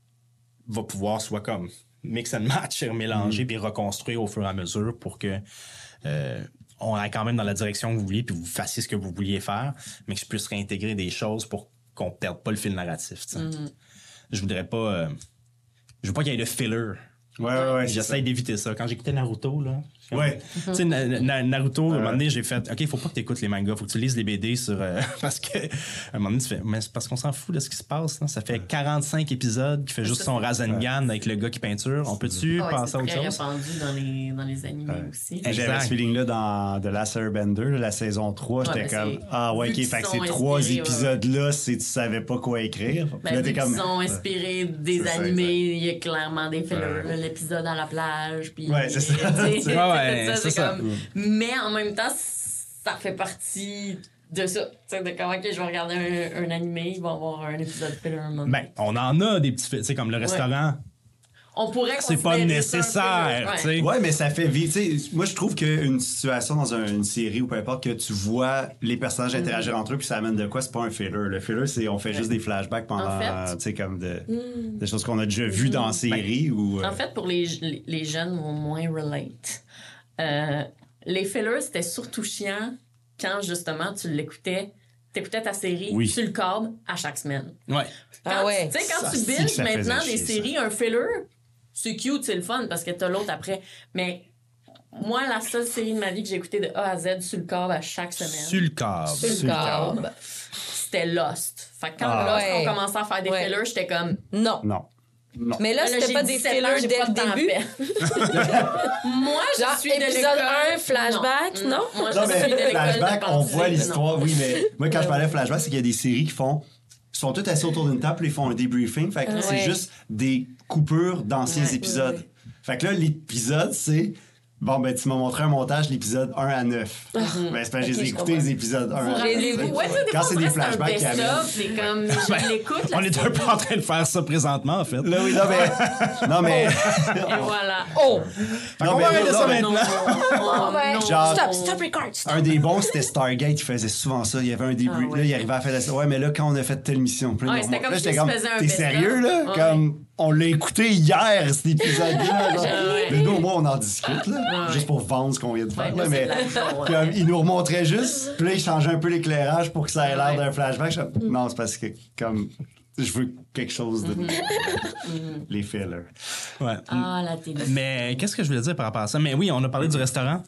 vais pouvoir soit comme mix and match, mélanger puis reconstruire au fur et à mesure pour que euh, on aille quand même dans la direction que vous vouliez puis vous fassiez ce que vous vouliez faire, mais que je puisse réintégrer des choses pour qu'on perde pas le fil narratif. tu sais. Mm-hmm. Je voudrais pas... euh, je veux pas qu'il y ait de filler. Ouais, ouais, ouais. J'essaie d'éviter ça. Quand j'écoutais Naruto, là... Ouais. Tu sais, Na- Na- Naruto, à un moment donné, j'ai fait, OK, faut pas que tu écoutes les mangas, faut que tu lises les B D sur. euh, parce que, à un moment donné, tu fais, mais c'est parce qu'on s'en fout de ce qui se passe. Là. Ça fait quarante-cinq épisodes qui fait juste son Rasengan avec le gars qui peinture. On peut-tu Ouais, passer c'est à autre très chose? répandu dans les, dans les animés aussi. Exact. J'avais ce feeling-là dans The Last Airbender, là, la saison trois. Ouais, J'étais mais comme, c'est- ah ouais, vu ok, qu'ils fait que sont ces trois inspirés, épisodes-là, c'est tu savais pas quoi écrire. Puis Ben, là, vu t'es qu'ils comme. sont inspirés des C'est ça, animés, il y a clairement des fillers. Ouais. L'épisode à la plage, puis... Ouais, c'est ça. tu sais, Ouais, ouais, ça, c'est c'est ça. comme- Mais en même temps, ça fait partie de ça. Tu sais, de comment que je vais regarder un, un animé, il va y avoir un épisode filler un moment. Ben, on en a des petits, tu sais, comme le restaurant. On pourrait C'est pas considérer ça un nécessaire, filler, tu sais. Ouais, mais ça fait vivre. Tu sais, moi, je trouve qu'une situation dans un- une série ou peu importe, que tu vois les personnages interagir entre eux puis ça amène de quoi, c'est pas un filler. Le filler, c'est on fait juste des flashbacks pendant, En fait- tu sais, comme de, des choses qu'on a déjà vues dans la série ou. euh, En fait, pour les, les, les jeunes au moins relate, euh, les fillers, c'était surtout chiant quand, justement, tu l'écoutais, t'écoutais ta série Oui. sur le câble à chaque semaine. Ouais. Quand, Ah ouais. Tu sais, quand Ça, tu c'est que binges ça maintenant faisait des chier, séries, un filler, c'est cute, c'est le fun parce que t'as l'autre après. Mais moi, la seule série de ma vie que j'ai écoutée de A à Z sur le câble à chaque semaine, Sur le câble. Sur le Sur le câble. c'était Lost. Fait que quand Ah. Lost, Ouais. on commençait à faire des Ouais. fillers, j'étais comme... Non. Non. Non. Mais là, Là, c'était j'ai pas des dix-sept ans, fillers j'ai dès pas le de temps à début. perdre. Moi, je Genre, suis de épisode l'école... un, flashback, non? Moi, je Non, suis de mais l'école flashback, de on penser, voit non. l'histoire, oui, mais moi, quand je parlais de flashback, c'est qu'il y a des séries qui font. Ils sont tous assis autour d'une table, puis ils font un débriefing. Fait que Ouais. c'est juste des coupures d'anciens Ouais. épisodes. Ouais, ouais. Fait que là, l'épisode, c'est. Bon, ben, tu m'as montré un montage, l'épisode un à neuf. Ben, c'est parce que Ok, j'ai je écouté comprends. les épisodes un à Vous neuf. rappelez-vous? Ouais, tu sais, des Quand fois, c'est on des reste un flashbacks qui amènent. best-of, c'est comme, je l'écoute, la On est un peu série. en train de faire ça présentement, en fait. Là, oui, non, mais. Non, mais. Et voilà. Oh! Non, on mais va arrêter non, ça mais- Non, Oh, ben, non, Genre- stop, stop record, stop. Un des bons, c'était Stargate, il faisait souvent ça. Il y avait un débrief. Ah ouais. Là, il arrivait à faire la... Ouais, mais là, quand on a fait telle mission. Puis là, Ouais, il c'était nous comme remonte- si là, tu faisais un T'es best-of. sérieux, là? Ouais. Comme, on l'a écouté hier, cet épisode-là. genre. Ouais. Mais nous, au moins, on en discute, là. Ouais. Juste pour vendre ce qu'on vient de faire. Ouais, là, là, mais c'est de la joie. comme, il nous remontrait juste. Puis là, il changeait un peu l'éclairage pour que ça ait l'air Ouais. d'un flashback. Je fais, non, c'est parce que, comme, je veux quelque chose de. Mm-hmm. Les fillers. Ouais. Ah, la télé. Mais qu'est-ce que je voulais dire par rapport à ça? Mais oui, on a parlé du restaurant.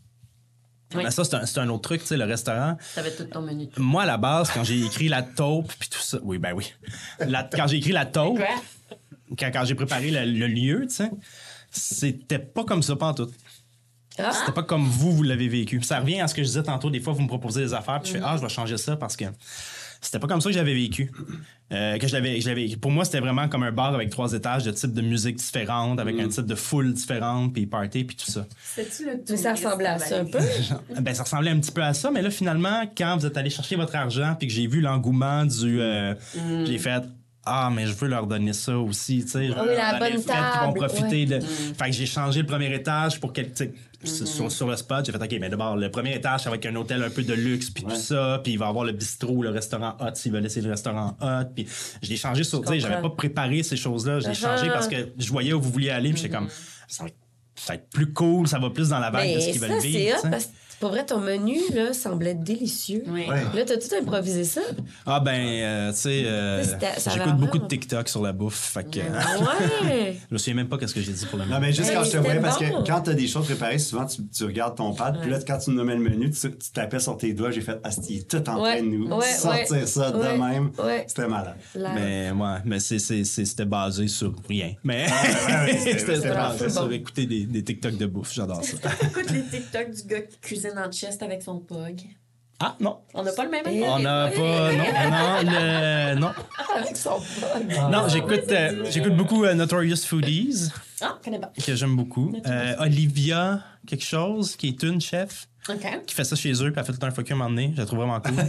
Oui. Ben ça, c'est un, c'est un autre truc, tu sais, le restaurant. T'avais tout ton menu. Moi, à la base, quand j'ai écrit la taupe, puis tout ça... Oui, ben oui. La- quand j'ai écrit la taupe, Quoi? quand, quand j'ai préparé le, le lieu, tu sais, c'était pas comme ça, pas en tout. Ah. C'était pas comme vous, vous l'avez vécu. Ça revient à ce que je disais tantôt. Des fois, vous me proposez des affaires, puis je fais « Ah, je vais changer ça parce que... » C'était pas comme ça que j'avais vécu. Euh, que je l'avais, je l'avais- pour moi, c'était vraiment comme un bar avec trois étages de type de musique différente, avec un type de foule différente, puis party, puis tout ça. C'est-tu le Mais ça ressemblait à ça un peu. Ben, ça ressemblait un petit peu à ça, mais là, finalement, quand vous êtes allé chercher votre argent, puis que j'ai vu l'engouement du... euh, J'ai fait... Ah, mais je veux leur donner ça aussi, tu sais. Je veux Ah oui, leur la donner bonne le fait qu'ils vont table, profiter de... Fait que j'ai changé le premier étage pour quel... tu sais, sur, sur le spot, j'ai fait, OK, mais d'abord, le premier étage, ça va être un hôtel un peu de luxe, puis tout ça, puis il va y avoir le bistrot, le restaurant hot, s'ils veulent laisser le restaurant hot, puis je l'ai changé sur... Tu sais, j'avais pas préparé ces choses-là, je l'ai changé parce que je voyais où vous vouliez aller, puis j'étais comme... Ça va être ça va être plus cool, ça va plus dans la vague de ce Mais qu'ils ça, veulent c'est vivre. hot, tu sais. parce que pour vrai, ton menu, là, semblait délicieux. Oui. Ouais. Là, t'as tout improvisé ça. Ah ben, euh, tu sais, euh, C'était- ça avait j'écoute beaucoup de l'air. TikTok sur la bouffe, fait que Ouais. je me souviens même pas qu'est-ce que j'ai dit pour le Non, moment. mais juste Hey, quand je te c'était voyais, parce bon. que quand t'as des choses préparées, souvent tu, tu regardes ton pad, puis là, quand tu nous nommais le menu, tu, tu tapais sur tes doigts, j'ai fait « Ah, il est tout en Ouais, train de nous ouais, sortir ouais, ça de ouais, même. ouais. C'était malade. Là. Mais ouais, mais c'est, c'est, c'est- c'était basé sur rien. Mais ouais, ouais, c'était- c'était, c'était basé parfait. sur Bon. écouter des, des TikTok de bouffe, j'adore ça. Écoute les TikTok du gars qui cuisine en chest avec son pug. Ah non, On n'a pas le même Et- on n'a pas, non, non, le, non. Avec son pote. Non, j'écoute, euh, j'écoute beaucoup euh, Notorious Foodies, Ah, je connais pas. que j'aime beaucoup. Euh, Olivia, quelque chose, qui est une chef, OK. qui fait ça chez eux, puis elle fait tout un fuck you un moment donné. Je la trouve vraiment cool.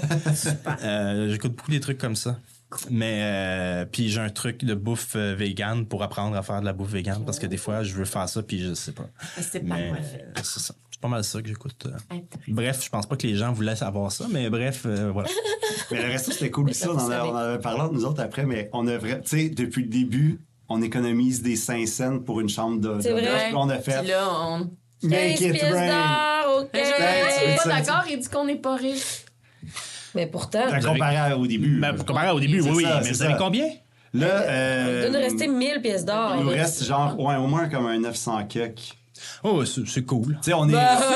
Euh, j'écoute beaucoup des trucs comme ça. Mais, euh, puis j'ai un truc de bouffe euh, vegan pour apprendre à faire de la bouffe vegan, parce que des fois, je veux faire ça, puis je sais pas. C'est pas Mais moi. euh, c'est ça. C'est pas mal ça que j'écoute. euh. Intéressant. Bref, je pense pas que les gens voulaient savoir ça, mais bref, euh, voilà. Mais le resto, c'était cool aussi. ça, On vous en, a, savez. on en avait parlé entre nous autres après, mais on a vraiment. Tu sais, depuis le début, on économise des cinq cents pour une chambre de. C'est de- vrai. Puis on a fait. Puis là, on... Make quinze it pièces rain. d'or, OK. Mais je Ouais, suis pas ça- d'accord, il dit qu'on n'est pas riche. Mais pourtant, À Vous avez- comparer à- au début. Ben, pour comparer au début, C'est oui, oui. ça, Mais c'est vous avez ça. combien? Là, euh, il doit nous rester mille pièces d'or. il nous là. reste genre, ouais, au moins comme un neuf cents kek. Tu Oh, c'est, c'est cool. sais, on est.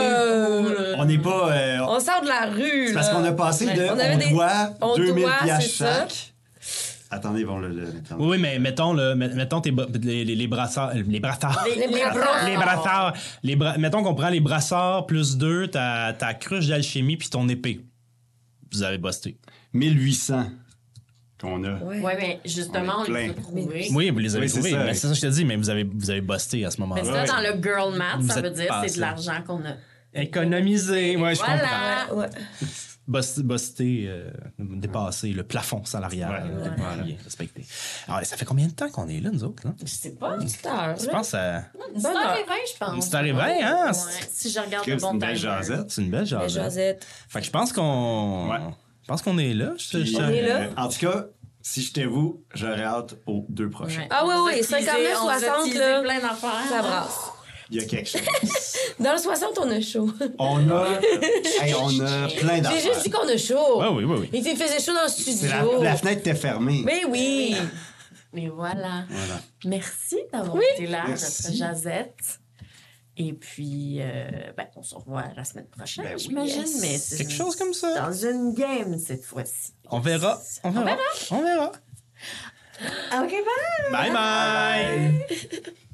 Euh, On n'est pas. euh, On sort de la rue, c'est parce là. qu'on a passé de. On On, avait des- doit on deux mille doit, piastres c'est ça. chaque. Attendez, bon, le. le- le- Oui, oui, mais mettons, là, met- mettons tes, bra- les, les, les brassards. Les brassards. Les bras. Les brassards. Les bra- mettons qu'on prend les brassards plus deux, ta, ta cruche d'alchimie puis ton épée. Vous avez busté. mille huit cents qu'on a. Ouais. Ouais, mais justement, On on est les a plein. trouvés. Oui, vous les avez Oui, c'est trouvés. ça. Mais c'est ça que je te dis, mais vous avez, vous avez busté à ce moment-là. Mais ça, Ouais. dans le girl math, Vous ça veut êtes dire c'est passé. de l'argent qu'on a. Économiser. Ouais, je comprends. Voilà. Ouais. Bust- Buster, euh, dépasser le plafond salarial. Ouais, euh, voilà. bien respecté. Alors, ça fait combien de temps qu'on est là, nous autres? Là? Je sais pas. Une petite heure, Je là. pense à... Une Bonne heure heure. et vingt, je pense. C'est arrivé, hein? Ouais, si je regarde le C'est bon une belle timer. jasette. C'est une belle Mais jasette. Josette. Fait que je pense qu'on... Ouais. Je pense qu'on est là. Je, Puis, je- On est là. euh, en tout cas, si j'étais vous, j'aurais hâte aux deux prochains. Ah oui, On oui, vous a teasé, cinquante-neuf, on vous a soixante, teasé là. plein d'affaires. Ça brasse. Il y a quelque chose. Dans le soixante, on a chaud. On a, hey, on a plein J'ai d'affaires. juste dit qu'on a chaud. Ouais, oui, oui, oui. Il te faisait chaud dans le C'est la, studio. la fenêtre était fermée. Mais oui. Mais voilà. Voilà. Merci d'avoir Oui. été là, Merci. notre Jazette. Et puis, euh, ben, on se revoit la semaine prochaine, Ben oui. j'imagine. Yes. Mais c'est Quelque une- chose comme ça. Dans une game cette fois-ci. On verra. On verra. On verra. OK, bye! Bye bye.